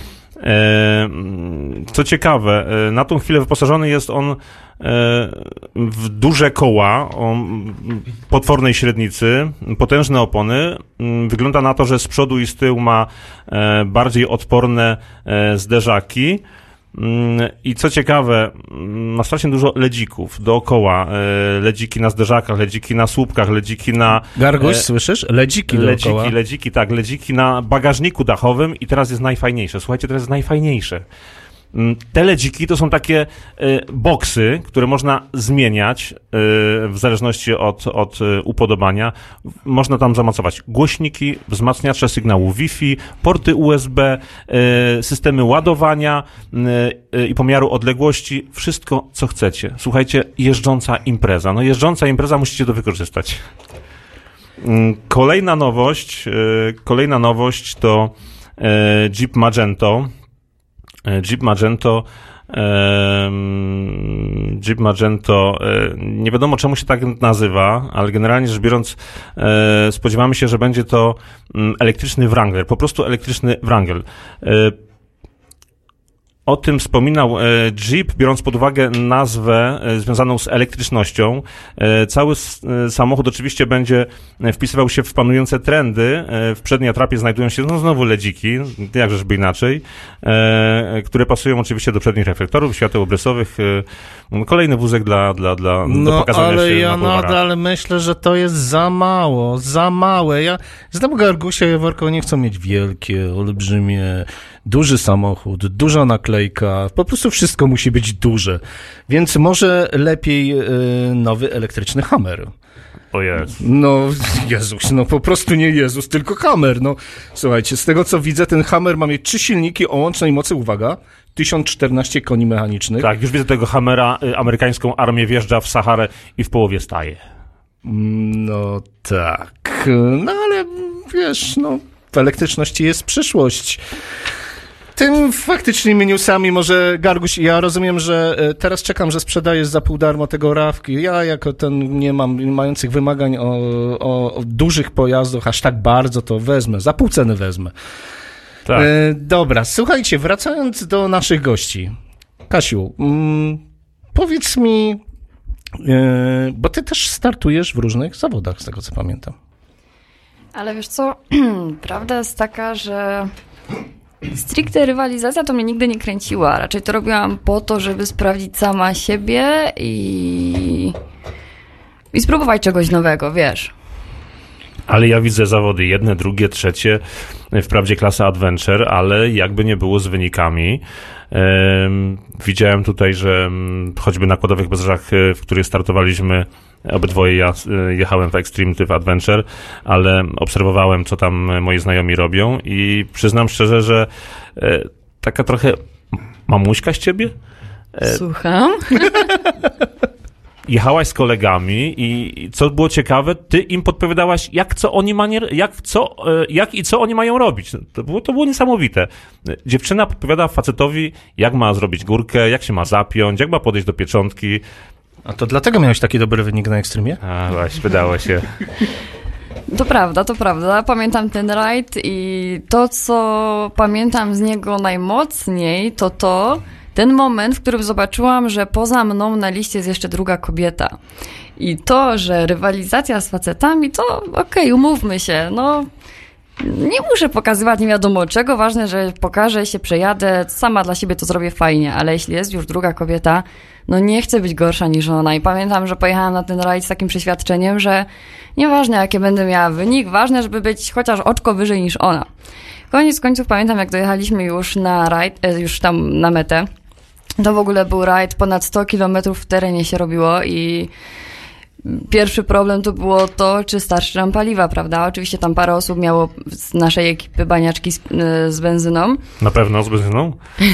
Co ciekawe, na tą chwilę wyposażony jest on w duże koła o potwornej średnicy, potężne opony. Wygląda na to, że z przodu i z tyłu ma bardziej odporne zderzaki. I co ciekawe, ma strasznie dużo ledzików dookoła. Ledziki na zderzakach, ledziki na słupkach, ledziki na... Garguś, słyszysz? Ledziki dookoła. Ledziki na bagażniku dachowym i teraz jest najfajniejsze. Słuchajcie, teraz jest najfajniejsze. Te ledziki to są takie boksy, które można zmieniać w zależności od upodobania. Można tam zamocować głośniki, wzmacniacze sygnału Wi-Fi, porty USB, systemy ładowania i pomiaru odległości. Wszystko, co chcecie. Słuchajcie, jeżdżąca impreza. No jeżdżąca impreza, musicie to wykorzystać. Kolejna nowość to Jeep Magento. Jeep Magento, nie wiadomo czemu się tak nazywa, ale generalnie rzecz biorąc spodziewamy się, że będzie to elektryczny Wrangler, po prostu elektryczny Wrangler. O tym wspominał Jeep, biorąc pod uwagę nazwę związaną z elektrycznością. Cały samochód oczywiście będzie wpisywał się w panujące trendy. W przedniej atrapie znajdują się znowu LEDziki, jakżeżby inaczej, które pasują oczywiście do przednich reflektorów, świateł obrysowych. Kolejny wózek do pokazania się ale ja na bulwarach. nadal myślę, że to jest za małe. Ja znam Gargusia i Jaworka, nie chcą mieć wielkie, olbrzymie, duży samochód, duża naklejka, po prostu wszystko musi być duże. Więc może lepiej nowy elektryczny Hammer. O jest. No, Jezus, no po prostu nie Jezus, tylko Hammer. No, słuchajcie, z tego co widzę, ten Hammer ma mieć 3 silniki o łącznej mocy, uwaga, 1014 koni mechanicznych. Tak, już widzę tego Hammera, amerykańską armię wjeżdża w Saharę i w połowie staje. No tak, no ale wiesz, no w elektryczności jest przyszłość. Tym faktycznymi newsami może Garguś, ja rozumiem, że teraz czekam, że sprzedajesz za pół darmo tego Rawki. Ja jako ten nie mam mających wymagań o dużych pojazdach aż tak bardzo, to wezmę, za pół ceny wezmę. Tak. Dobra, słuchajcie, wracając do naszych gości. Kasiu, powiedz mi, bo ty też startujesz w różnych zawodach, z tego co pamiętam. Ale wiesz co, prawda jest taka, że stricte rywalizacja to mnie nigdy nie kręciła. Raczej to robiłam po to, żeby sprawdzić sama siebie i spróbować czegoś nowego, wiesz. Ale ja widzę zawody jedne, drugie, trzecie, wprawdzie klasa Adventure, ale jakby nie było z wynikami. Widziałem tutaj, że choćby na Kładowych Bezdrożach, w których startowaliśmy, obydwoje ja jechałem w Extreme Typ Adventure, ale obserwowałem, co tam moi znajomi robią i przyznam szczerze, że taka trochę mamuśka z ciebie? Słucham? Jechałaś z kolegami i co było ciekawe, ty im podpowiadałaś, jak i co oni mają robić. To było niesamowite. Dziewczyna podpowiada facetowi, jak ma zrobić górkę, jak się ma zapiąć, jak ma podejść do pieczątki. A to dlatego miałeś taki dobry wynik na Extremie? A właśnie, wydało się. To prawda. Pamiętam ten rajd i to, co pamiętam z niego najmocniej, to ten moment, w którym zobaczyłam, że poza mną na liście jest jeszcze druga kobieta. I to, że rywalizacja z facetami, to okej, umówmy się, no nie muszę pokazywać nie wiadomo czego, ważne, że pokażę się, przejadę, sama dla siebie to zrobię fajnie, ale jeśli jest już druga kobieta, no nie chcę być gorsza niż ona. I pamiętam, że pojechałam na ten rajd z takim przeświadczeniem, że nieważne jaki będę miała wynik, ważne, żeby być chociaż oczko wyżej niż ona. Koniec końców pamiętam, jak dojechaliśmy już na rajd, już tam na metę. To w ogóle był rajd, ponad 100 km w terenie się robiło i pierwszy problem to było to, czy starczy nam paliwa, prawda? Oczywiście tam parę osób miało z naszej ekipy baniaczki z benzyną. Na pewno z benzyną?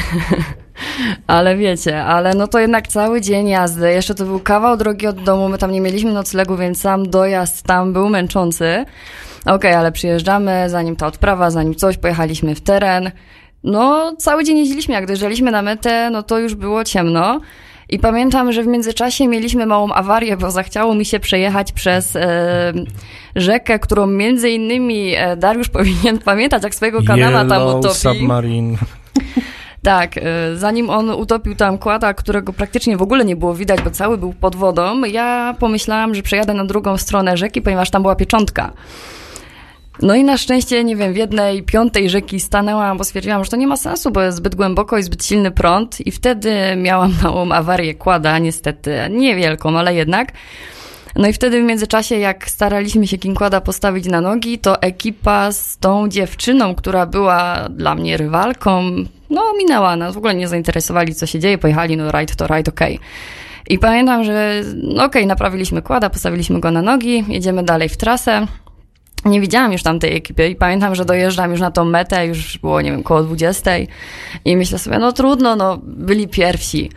Ale wiecie, no to jednak cały dzień jazdy, jeszcze to był kawał drogi od domu, my tam nie mieliśmy noclegu, więc sam dojazd tam był męczący. Okej, ale przyjeżdżamy, zanim ta odprawa, zanim coś, pojechaliśmy w teren. No, cały dzień jeździliśmy, jak dojeżdżaliśmy na metę, no to już było ciemno. I pamiętam, że w międzyczasie mieliśmy małą awarię, bo zachciało mi się przejechać przez rzekę, którą między innymi Dariusz powinien pamiętać, jak swojego kanała tam utopił. Submarine. Tak, zanim on utopił tam kłada, którego praktycznie w ogóle nie było widać, bo cały był pod wodą, ja pomyślałam, że przejadę na drugą stronę rzeki, ponieważ tam była pieczątka. No i na szczęście, nie wiem, w 1/5 rzeki stanęłam, bo stwierdziłam, że to nie ma sensu, bo jest zbyt głęboko i zbyt silny prąd i wtedy miałam małą awarię kłada, niestety niewielką, ale jednak. No i wtedy w międzyczasie, jak staraliśmy się King Quada postawić na nogi, to ekipa z tą dziewczyną, która była dla mnie rywalką, no minęła nas, w ogóle nie zainteresowali, co się dzieje, pojechali, no rajd to rajd, okej. I pamiętam, że naprawiliśmy Quada, postawiliśmy go na nogi, jedziemy dalej w trasę. Nie widziałam już tamtej ekipy i pamiętam, że dojeżdżam już na tą metę, już było, nie wiem, koło 20 i myślę sobie, no trudno, no byli pierwsi.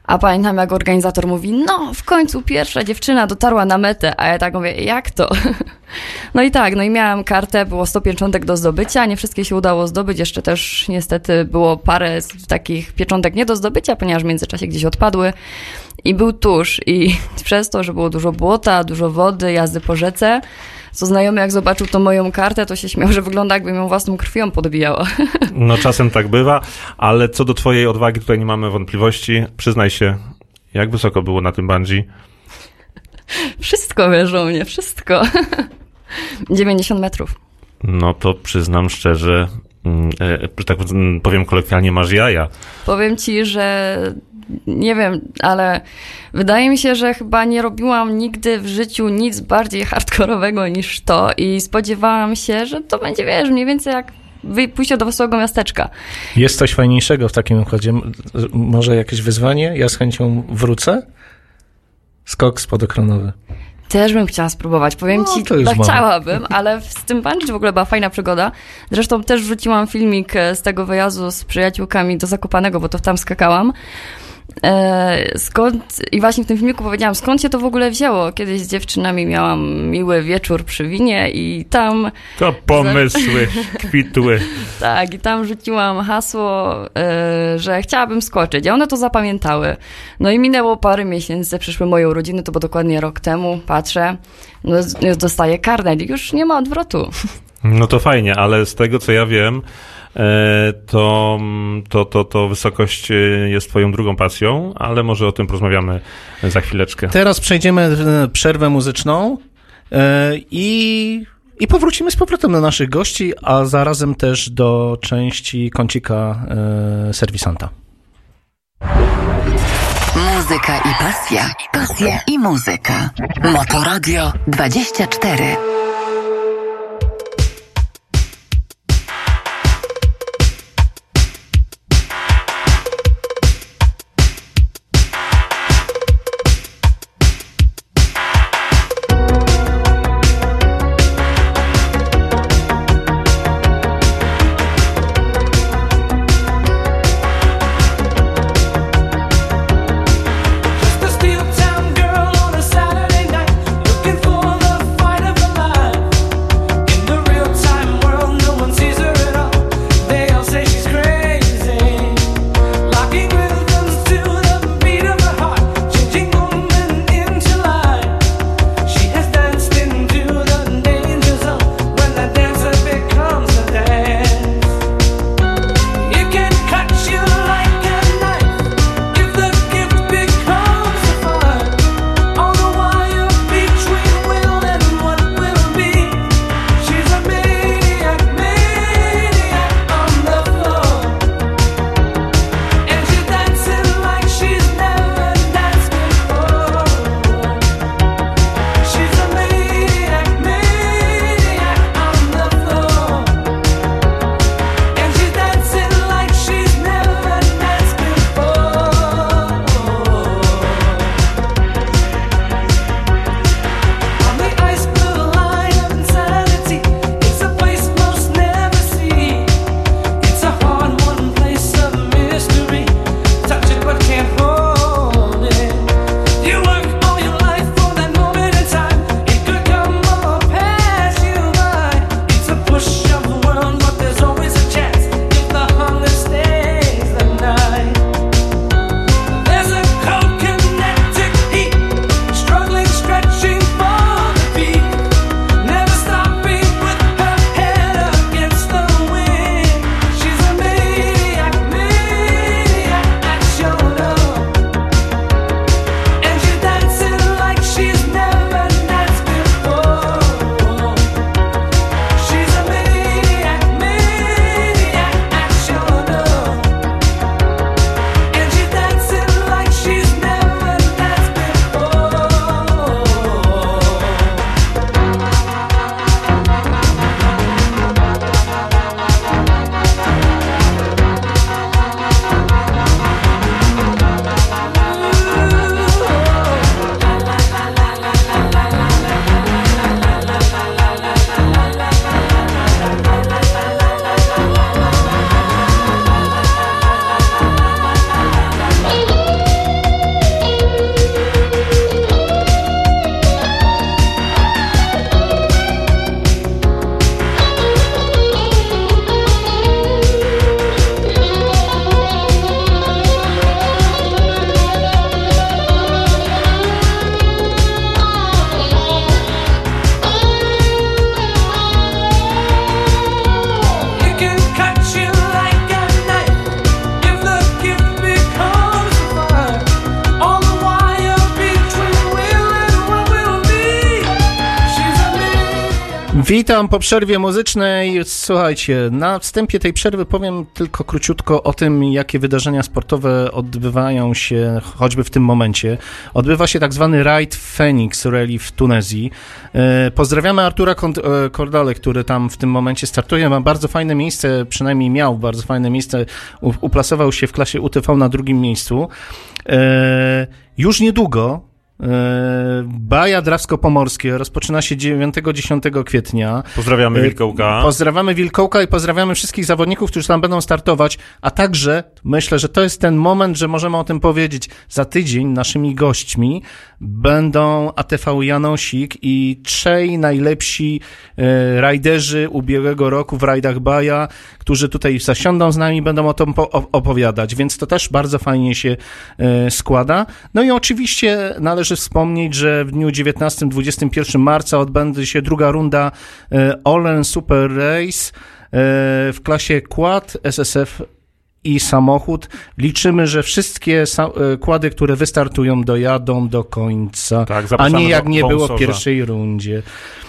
A pamiętam, jak organizator mówi, no w końcu pierwsza dziewczyna dotarła na metę, a ja tak mówię, jak to? No i miałam kartę, było 100 pieczątek do zdobycia, nie wszystkie się udało zdobyć, jeszcze też niestety było parę takich pieczątek nie do zdobycia, ponieważ w międzyczasie gdzieś odpadły i był tusz i przez to, że było dużo błota, dużo wody, jazdy po rzece, co znajomy jak zobaczył tą moją kartę, to się śmiał, że wygląda jakbym ją własną krwią podbijała. No czasem tak bywa, ale co do twojej odwagi tutaj nie mamy wątpliwości. Przyznaj się, jak wysoko było na tym bungee? Wszystko wierzą mnie, wszystko. 90 metrów. No to przyznam szczerze, że tak powiem kolokwialnie, masz jaja. Powiem ci, że nie wiem, ale wydaje mi się, że chyba nie robiłam nigdy w życiu nic bardziej hardkorowego niż to i spodziewałam się, że to będzie, wiesz, mniej więcej jak pójście do wesołego miasteczka. Jest coś fajniejszego w takim układzie? Może jakieś wyzwanie? Ja z chęcią wrócę? Skok spadochronowy. Też bym chciała spróbować. Powiem No, ci, to już tak mam. chciałabym, ale z tym bungee w ogóle była fajna przygoda. Zresztą też wrzuciłam filmik z tego wyjazdu z przyjaciółkami do Zakopanego, bo to tam skakałam. I właśnie w tym filmiku powiedziałam, skąd się to w ogóle wzięło. Kiedyś z dziewczynami miałam miły wieczór przy winie i tam... To pomysły kwitły. Tak, i tam rzuciłam hasło, że chciałabym skoczyć, a one to zapamiętały. No i minęło parę miesięcy, przyszły moje urodziny, to było dokładnie rok temu, patrzę, no dostaję karnet i już nie ma odwrotu. No to fajnie, ale z tego co ja wiem, to wysokość jest twoją drugą pasją, ale może o tym porozmawiamy za chwileczkę. Teraz przejdziemy w przerwę muzyczną i powrócimy z powrotem do naszych gości, a zarazem też do części kącika serwisanta. Muzyka i pasja. Pasja i muzyka. Motoradio 24. Just a steel town girl on a Saturday night, looking for the fight of her life. Witam po przerwie muzycznej. Słuchajcie, na wstępie tej przerwy powiem tylko króciutko o tym, jakie wydarzenia sportowe odbywają się choćby w tym momencie. Odbywa się tak zwany Raid Phoenix Rally w Tunezji. Pozdrawiamy Artura Cordale, który tam w tym momencie startuje. Ma bardzo fajne miejsce, przynajmniej miał bardzo fajne miejsce. Uplasował się w klasie UTV na drugim miejscu. Już niedługo Baja Drawsko-Pomorskie rozpoczyna się 9-10 kwietnia. Pozdrawiamy Wilkołka. Pozdrawiamy Wilkołka i pozdrawiamy wszystkich zawodników, którzy tam będą startować, a także myślę, że to jest ten moment, że możemy o tym powiedzieć. Za tydzień naszymi gośćmi będą ATV Janosik i trzej najlepsi rajderzy ubiegłego roku w rajdach Baja, którzy tutaj zasiądą z nami, będą o tym opowiadać, więc to też bardzo fajnie się składa. No i oczywiście należy wspomnieć, że w dniu 19-21 marca odbędzie się druga runda Olen Super Race w klasie quad, SSF i samochód. Liczymy, że wszystkie kłady, które wystartują, dojadą do końca, tak, a nie jak do nie było w Wąsorza. pierwszej rundzie.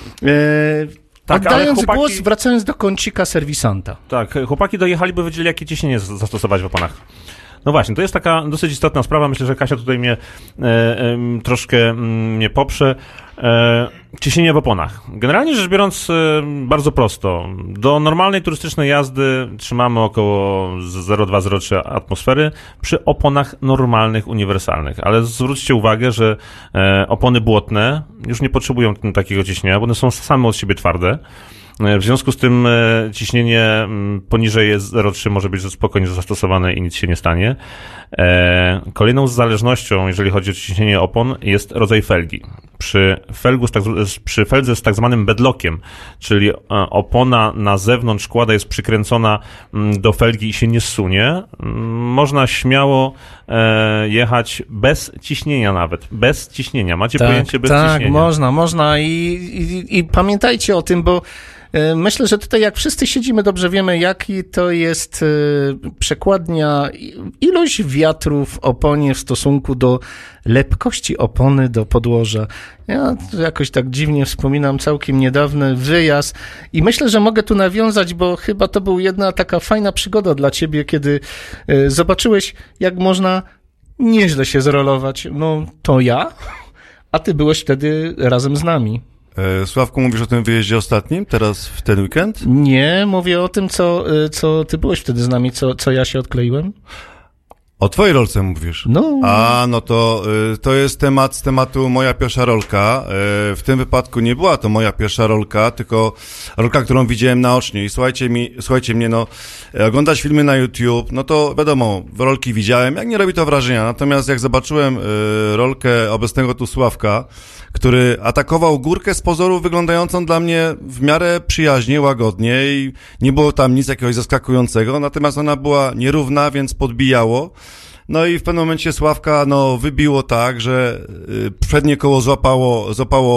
Tak, Oddając ale chłopaki- głos, wracając do kącika serwisanta. Tak, chłopaki dojechali, by wiedzieli, jakie ciśnienie zastosować w oponach. No właśnie, to jest taka dosyć istotna sprawa. Myślę, że Kasia tutaj mnie troszkę mnie poprze. Ciśnienie w oponach. Generalnie rzecz biorąc, bardzo prosto. Do normalnej turystycznej jazdy trzymamy około 0,2-0,3 atmosfery przy oponach normalnych, uniwersalnych. Ale zwróćcie uwagę, że opony błotne już nie potrzebują takiego ciśnienia, bo one są same od siebie twarde. W związku z tym ciśnienie poniżej 0,3 może być spokojnie zastosowane i nic się nie stanie. Kolejną zależnością, jeżeli chodzi o ciśnienie opon, jest rodzaj felgi. Przy feldze z tak zwanym bedlockiem, czyli opona na zewnątrz kłada jest przykręcona do felgi i się nie zsunie, można śmiało jechać bez ciśnienia nawet. Bez ciśnienia. Macie pojęcie bez ciśnienia? Tak, można i pamiętajcie o tym, bo myślę, że tutaj jak wszyscy siedzimy, dobrze wiemy, jaki to jest przekładnia, ilość wiatru w oponie w stosunku do lepkości opony do podłoża. Ja jakoś tak dziwnie wspominam całkiem niedawny wyjazd i myślę, że mogę tu nawiązać, bo chyba to była jedna taka fajna przygoda dla ciebie, kiedy zobaczyłeś, jak można nieźle się zrolować. No to ja, a ty byłeś wtedy razem z nami. Sławku, mówisz o tym wyjeździe ostatnim, teraz w ten weekend? Nie, mówię o tym, co ty byłeś wtedy z nami, co ja się odkleiłem. O twojej rolce mówisz? No. A, no to jest temat z tematu moja pierwsza rolka. W tym wypadku nie była to moja pierwsza rolka, tylko rolka, którą widziałem naocznie. I słuchajcie mnie, no, oglądać filmy na YouTube, no to wiadomo, rolki widziałem, jak nie robi to wrażenia. Natomiast jak zobaczyłem rolkę obecnego tu Sławka, który atakował górkę z pozoru wyglądającą dla mnie w miarę przyjaźnie, łagodnie i nie było tam nic jakiegoś zaskakującego, natomiast ona była nierówna, więc podbijało. No i w pewnym momencie Sławka, no, wybiło tak, że przednie koło złapało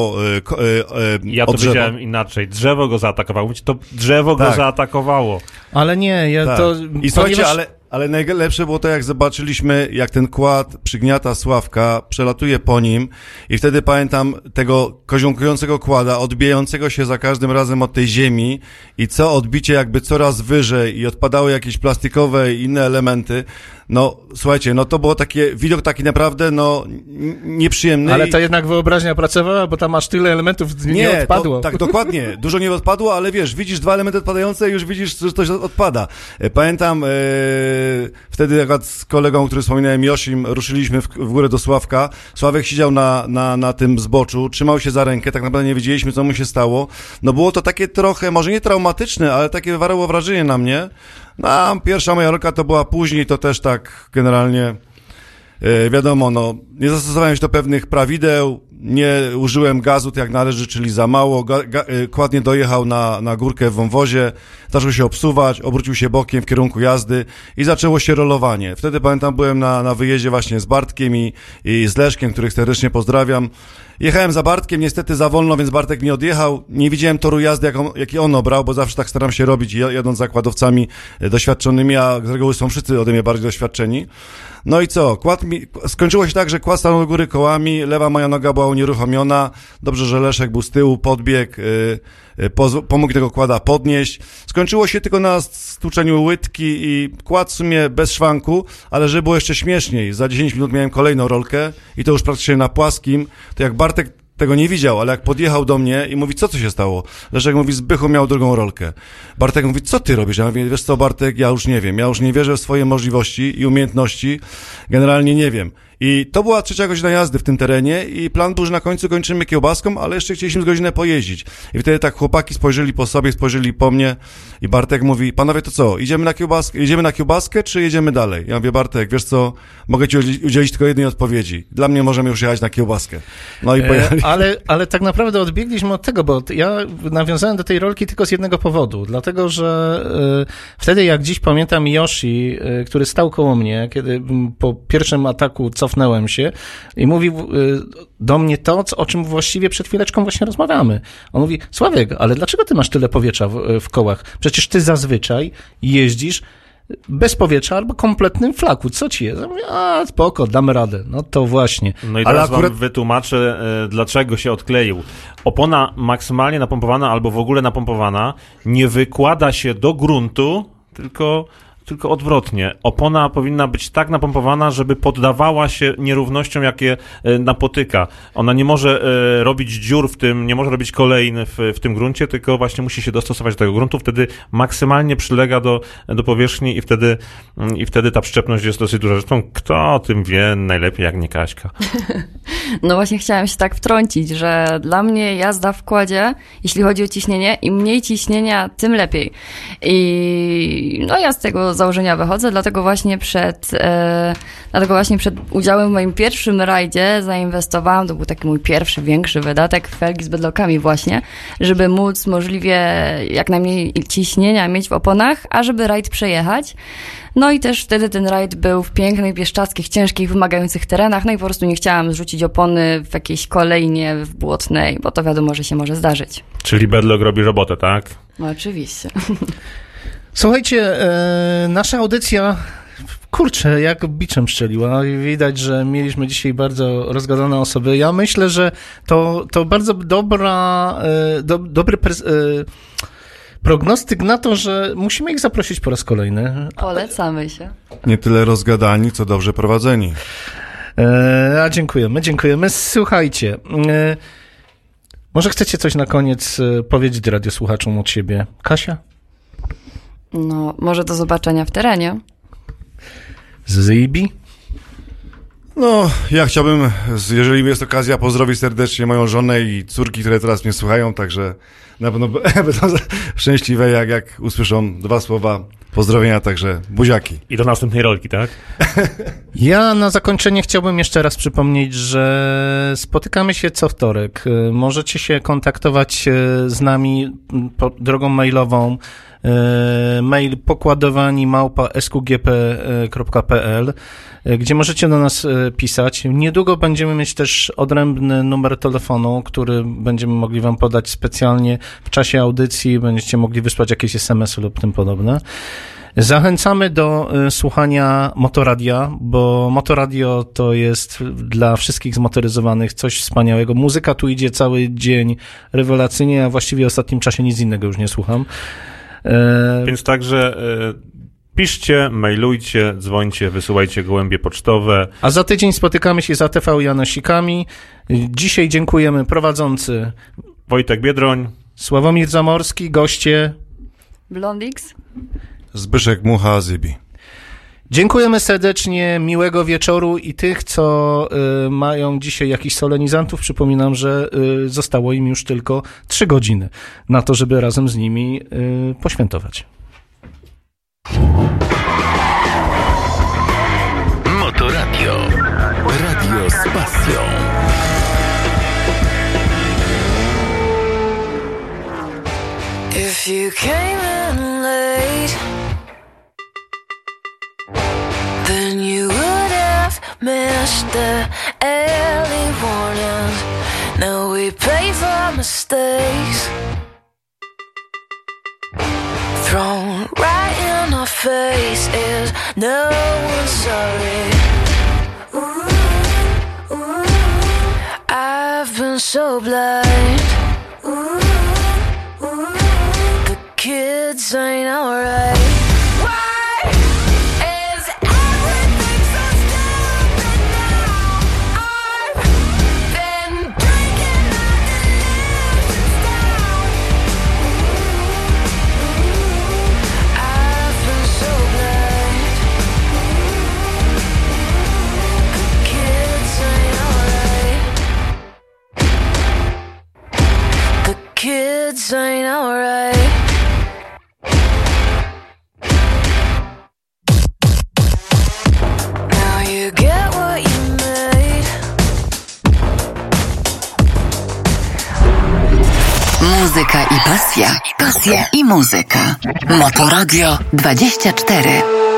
Ja to od drzewa. powiedziałem inaczej. Drzewo go zaatakowało. Mówicie, to drzewo go Tak. zaatakowało. Ale nie, Tak. to... I słuchajcie, ale najlepsze było to, jak zobaczyliśmy, jak ten kład przygniata Sławka, przelatuje po nim i wtedy pamiętam tego koziołkującego kłada, odbijającego się za każdym razem od tej ziemi i co odbicie jakby coraz wyżej i odpadały jakieś plastikowe i inne elementy. No, słuchajcie, no to było widok taki naprawdę, no, nieprzyjemny. Ale to jednak wyobraźnia pracowała, bo tam aż tyle elementów nie odpadło. Tak, dokładnie. Dużo nie odpadło, ale wiesz, widzisz dwa elementy odpadające i już widzisz, że coś odpada. Pamiętam, wtedy akurat z kolegą, który wspominałem, Josim, ruszyliśmy w górę do Sławka. Sławek siedział na tym zboczu, trzymał się za rękę, tak naprawdę nie wiedzieliśmy, co mu się stało. No było to takie trochę, może nie traumatyczne, ale takie wywarło wrażenie na mnie. No, a pierwsza moja rolka to była później, to też tak generalnie, wiadomo, no, nie zastosowałem się do pewnych prawideł, nie użyłem gazu tak jak należy, czyli za mało, kładnie dojechał na górkę w wąwozie, zaczął się obsuwać, obrócił się bokiem w kierunku jazdy i zaczęło się rolowanie. Wtedy pamiętam, byłem na wyjeździe właśnie z Bartkiem i z Leszkiem, których serdecznie pozdrawiam. Jechałem za Bartkiem, niestety za wolno, więc Bartek mi odjechał. Nie widziałem toru jazdy, jaki on obrał, bo zawsze tak staram się robić, jadąc za kładowcami doświadczonymi, a z reguły są wszyscy ode mnie bardziej doświadczeni. No i co? Skończyło się tak, że kład stanął do góry kołami, lewa moja noga była unieruchomiona. Dobrze, że Leszek był z tyłu, podbiegł, pomógł tego kłada podnieść. Skończyło się tylko na stłuczeniu łydki i kład w sumie bez szwanku, ale żeby było jeszcze śmieszniej, za 10 minut miałem kolejną rolkę i to już praktycznie na płaskim, to jak Bartek tego nie widział, ale jak podjechał do mnie i mówi, co się stało? Leszek mówi, Zbychu miał drugą rolkę. Bartek mówi, co ty robisz? Ja mówię, wiesz co, Bartek, ja już nie wiem. Ja już nie wierzę w swoje możliwości i umiejętności. Generalnie nie wiem. I to była 3. godzina jazdy w tym terenie i plan był, że na końcu kończymy kiełbaską, ale jeszcze chcieliśmy z godzinę pojeździć. I wtedy tak chłopaki spojrzeli po sobie, spojrzeli po mnie i Bartek mówi, panowie, to co, jedziemy na kiełbaskę, czy jedziemy dalej? Ja mówię, Bartek, wiesz co, mogę ci udzielić tylko jednej odpowiedzi. Dla mnie możemy już jechać na kiełbaskę. No i pojechali. Ale tak naprawdę odbiegliśmy od tego, bo ja nawiązałem do tej rolki tylko z jednego powodu, dlatego, że wtedy, jak dziś pamiętam Yoshi, który stał koło mnie, kiedy po pierwszym ataku cofnąłem się i mówił do mnie to, o czym właściwie przed chwileczką właśnie rozmawiamy. On mówi, Sławek, ale dlaczego ty masz tyle powietrza w kołach? Przecież ty zazwyczaj jeździsz bez powietrza albo kompletnym flaku. Co ci jest? Ja mówię, spoko, damy radę. No to właśnie. No i teraz wam wytłumaczę, dlaczego się odkleił. Opona maksymalnie napompowana albo w ogóle napompowana nie wykłada się do gruntu, tylko odwrotnie. Opona powinna być tak napompowana, żeby poddawała się nierównościom, jakie napotyka. Ona nie może robić dziur w tym, nie może robić kolejn w tym gruncie, tylko właśnie musi się dostosować do tego gruntu, wtedy maksymalnie przylega do powierzchni i wtedy ta przyczepność jest dosyć duża. Zresztą kto o tym wie najlepiej, jak nie Kaśka. No właśnie chciałam się tak wtrącić, że dla mnie jazda w kładzie, jeśli chodzi o ciśnienie, im mniej ciśnienia, tym lepiej. I no ja z tego założenia wychodzę, dlatego właśnie przed udziałem w moim pierwszym rajdzie zainwestowałam, to był taki mój pierwszy, większy wydatek w felgi z bedlockami właśnie, żeby móc możliwie jak najmniej ciśnienia mieć w oponach, a żeby rajd przejechać. No i też wtedy ten rajd był w pięknych, bieszczadzkich, ciężkich, wymagających terenach, no i po prostu nie chciałam zrzucić opony w jakiejś kolejnie, w błotnej, bo to wiadomo, że się może zdarzyć. Czyli bedlock robi robotę, tak? No oczywiście. Słuchajcie, nasza audycja, kurczę, jak biczem strzeliła. Widać, że mieliśmy dzisiaj bardzo rozgadane osoby. Ja myślę, że to bardzo dobry prognostyk na to, że musimy ich zaprosić po raz kolejny. Polecamy się. Nie tyle rozgadani, co dobrze prowadzeni. Dziękujemy. Słuchajcie, może chcecie coś na koniec powiedzieć radiosłuchaczom od siebie? Kasia? No, może do zobaczenia w terenie. Zibi? No, ja chciałbym, jeżeli jest okazja, pozdrowić serdecznie moją żonę i córki, które teraz mnie słuchają, także na pewno będą szczęśliwe, jak usłyszą 2 słowa pozdrowienia, także buziaki. I do następnej rolki, tak? Ja na zakończenie chciałbym jeszcze raz przypomnieć, że spotykamy się co wtorek. Możecie się kontaktować z nami drogą mailową. Mail pokładowani@sqgp.pl, gdzie możecie do nas pisać. Niedługo będziemy mieć też odrębny numer telefonu, który będziemy mogli wam podać specjalnie w czasie audycji. Będziecie mogli wysłać jakieś SMS-y lub tym podobne. Zachęcamy do słuchania Motoradia, bo Motoradio to jest dla wszystkich zmotoryzowanych coś wspaniałego. Muzyka tu idzie cały dzień rewelacyjnie, a właściwie w ostatnim czasie nic innego już nie słucham. Więc także piszcie, mailujcie, dzwońcie, wysyłajcie gołębie pocztowe. A za tydzień spotykamy się z ATV Janosikami. Dzisiaj dziękujemy prowadzący Wojtek Biedroń, Sławomir Zamorski, goście Blondix, Zbyszek Mucha, Zibi. Dziękujemy serdecznie, miłego wieczoru i tych, co mają dzisiaj jakichś solenizantów, przypominam, że zostało im już tylko 3 godziny na to, żeby razem z nimi poświętować. Motoradio. Radio z pasją. If you came in late, then you would have missed the early warning. Now we pay for mistakes thrown right in our faces. No one's sorry. I've been so blind. The kids ain't alright. Why is everything so stupid now? I've been drinking my delusions down. I've been so blind. The kids ain't alright. The kids ain't alright. Now you get what you made. Muzyka i pasja. Pasja i muzyka. Motoradio 24.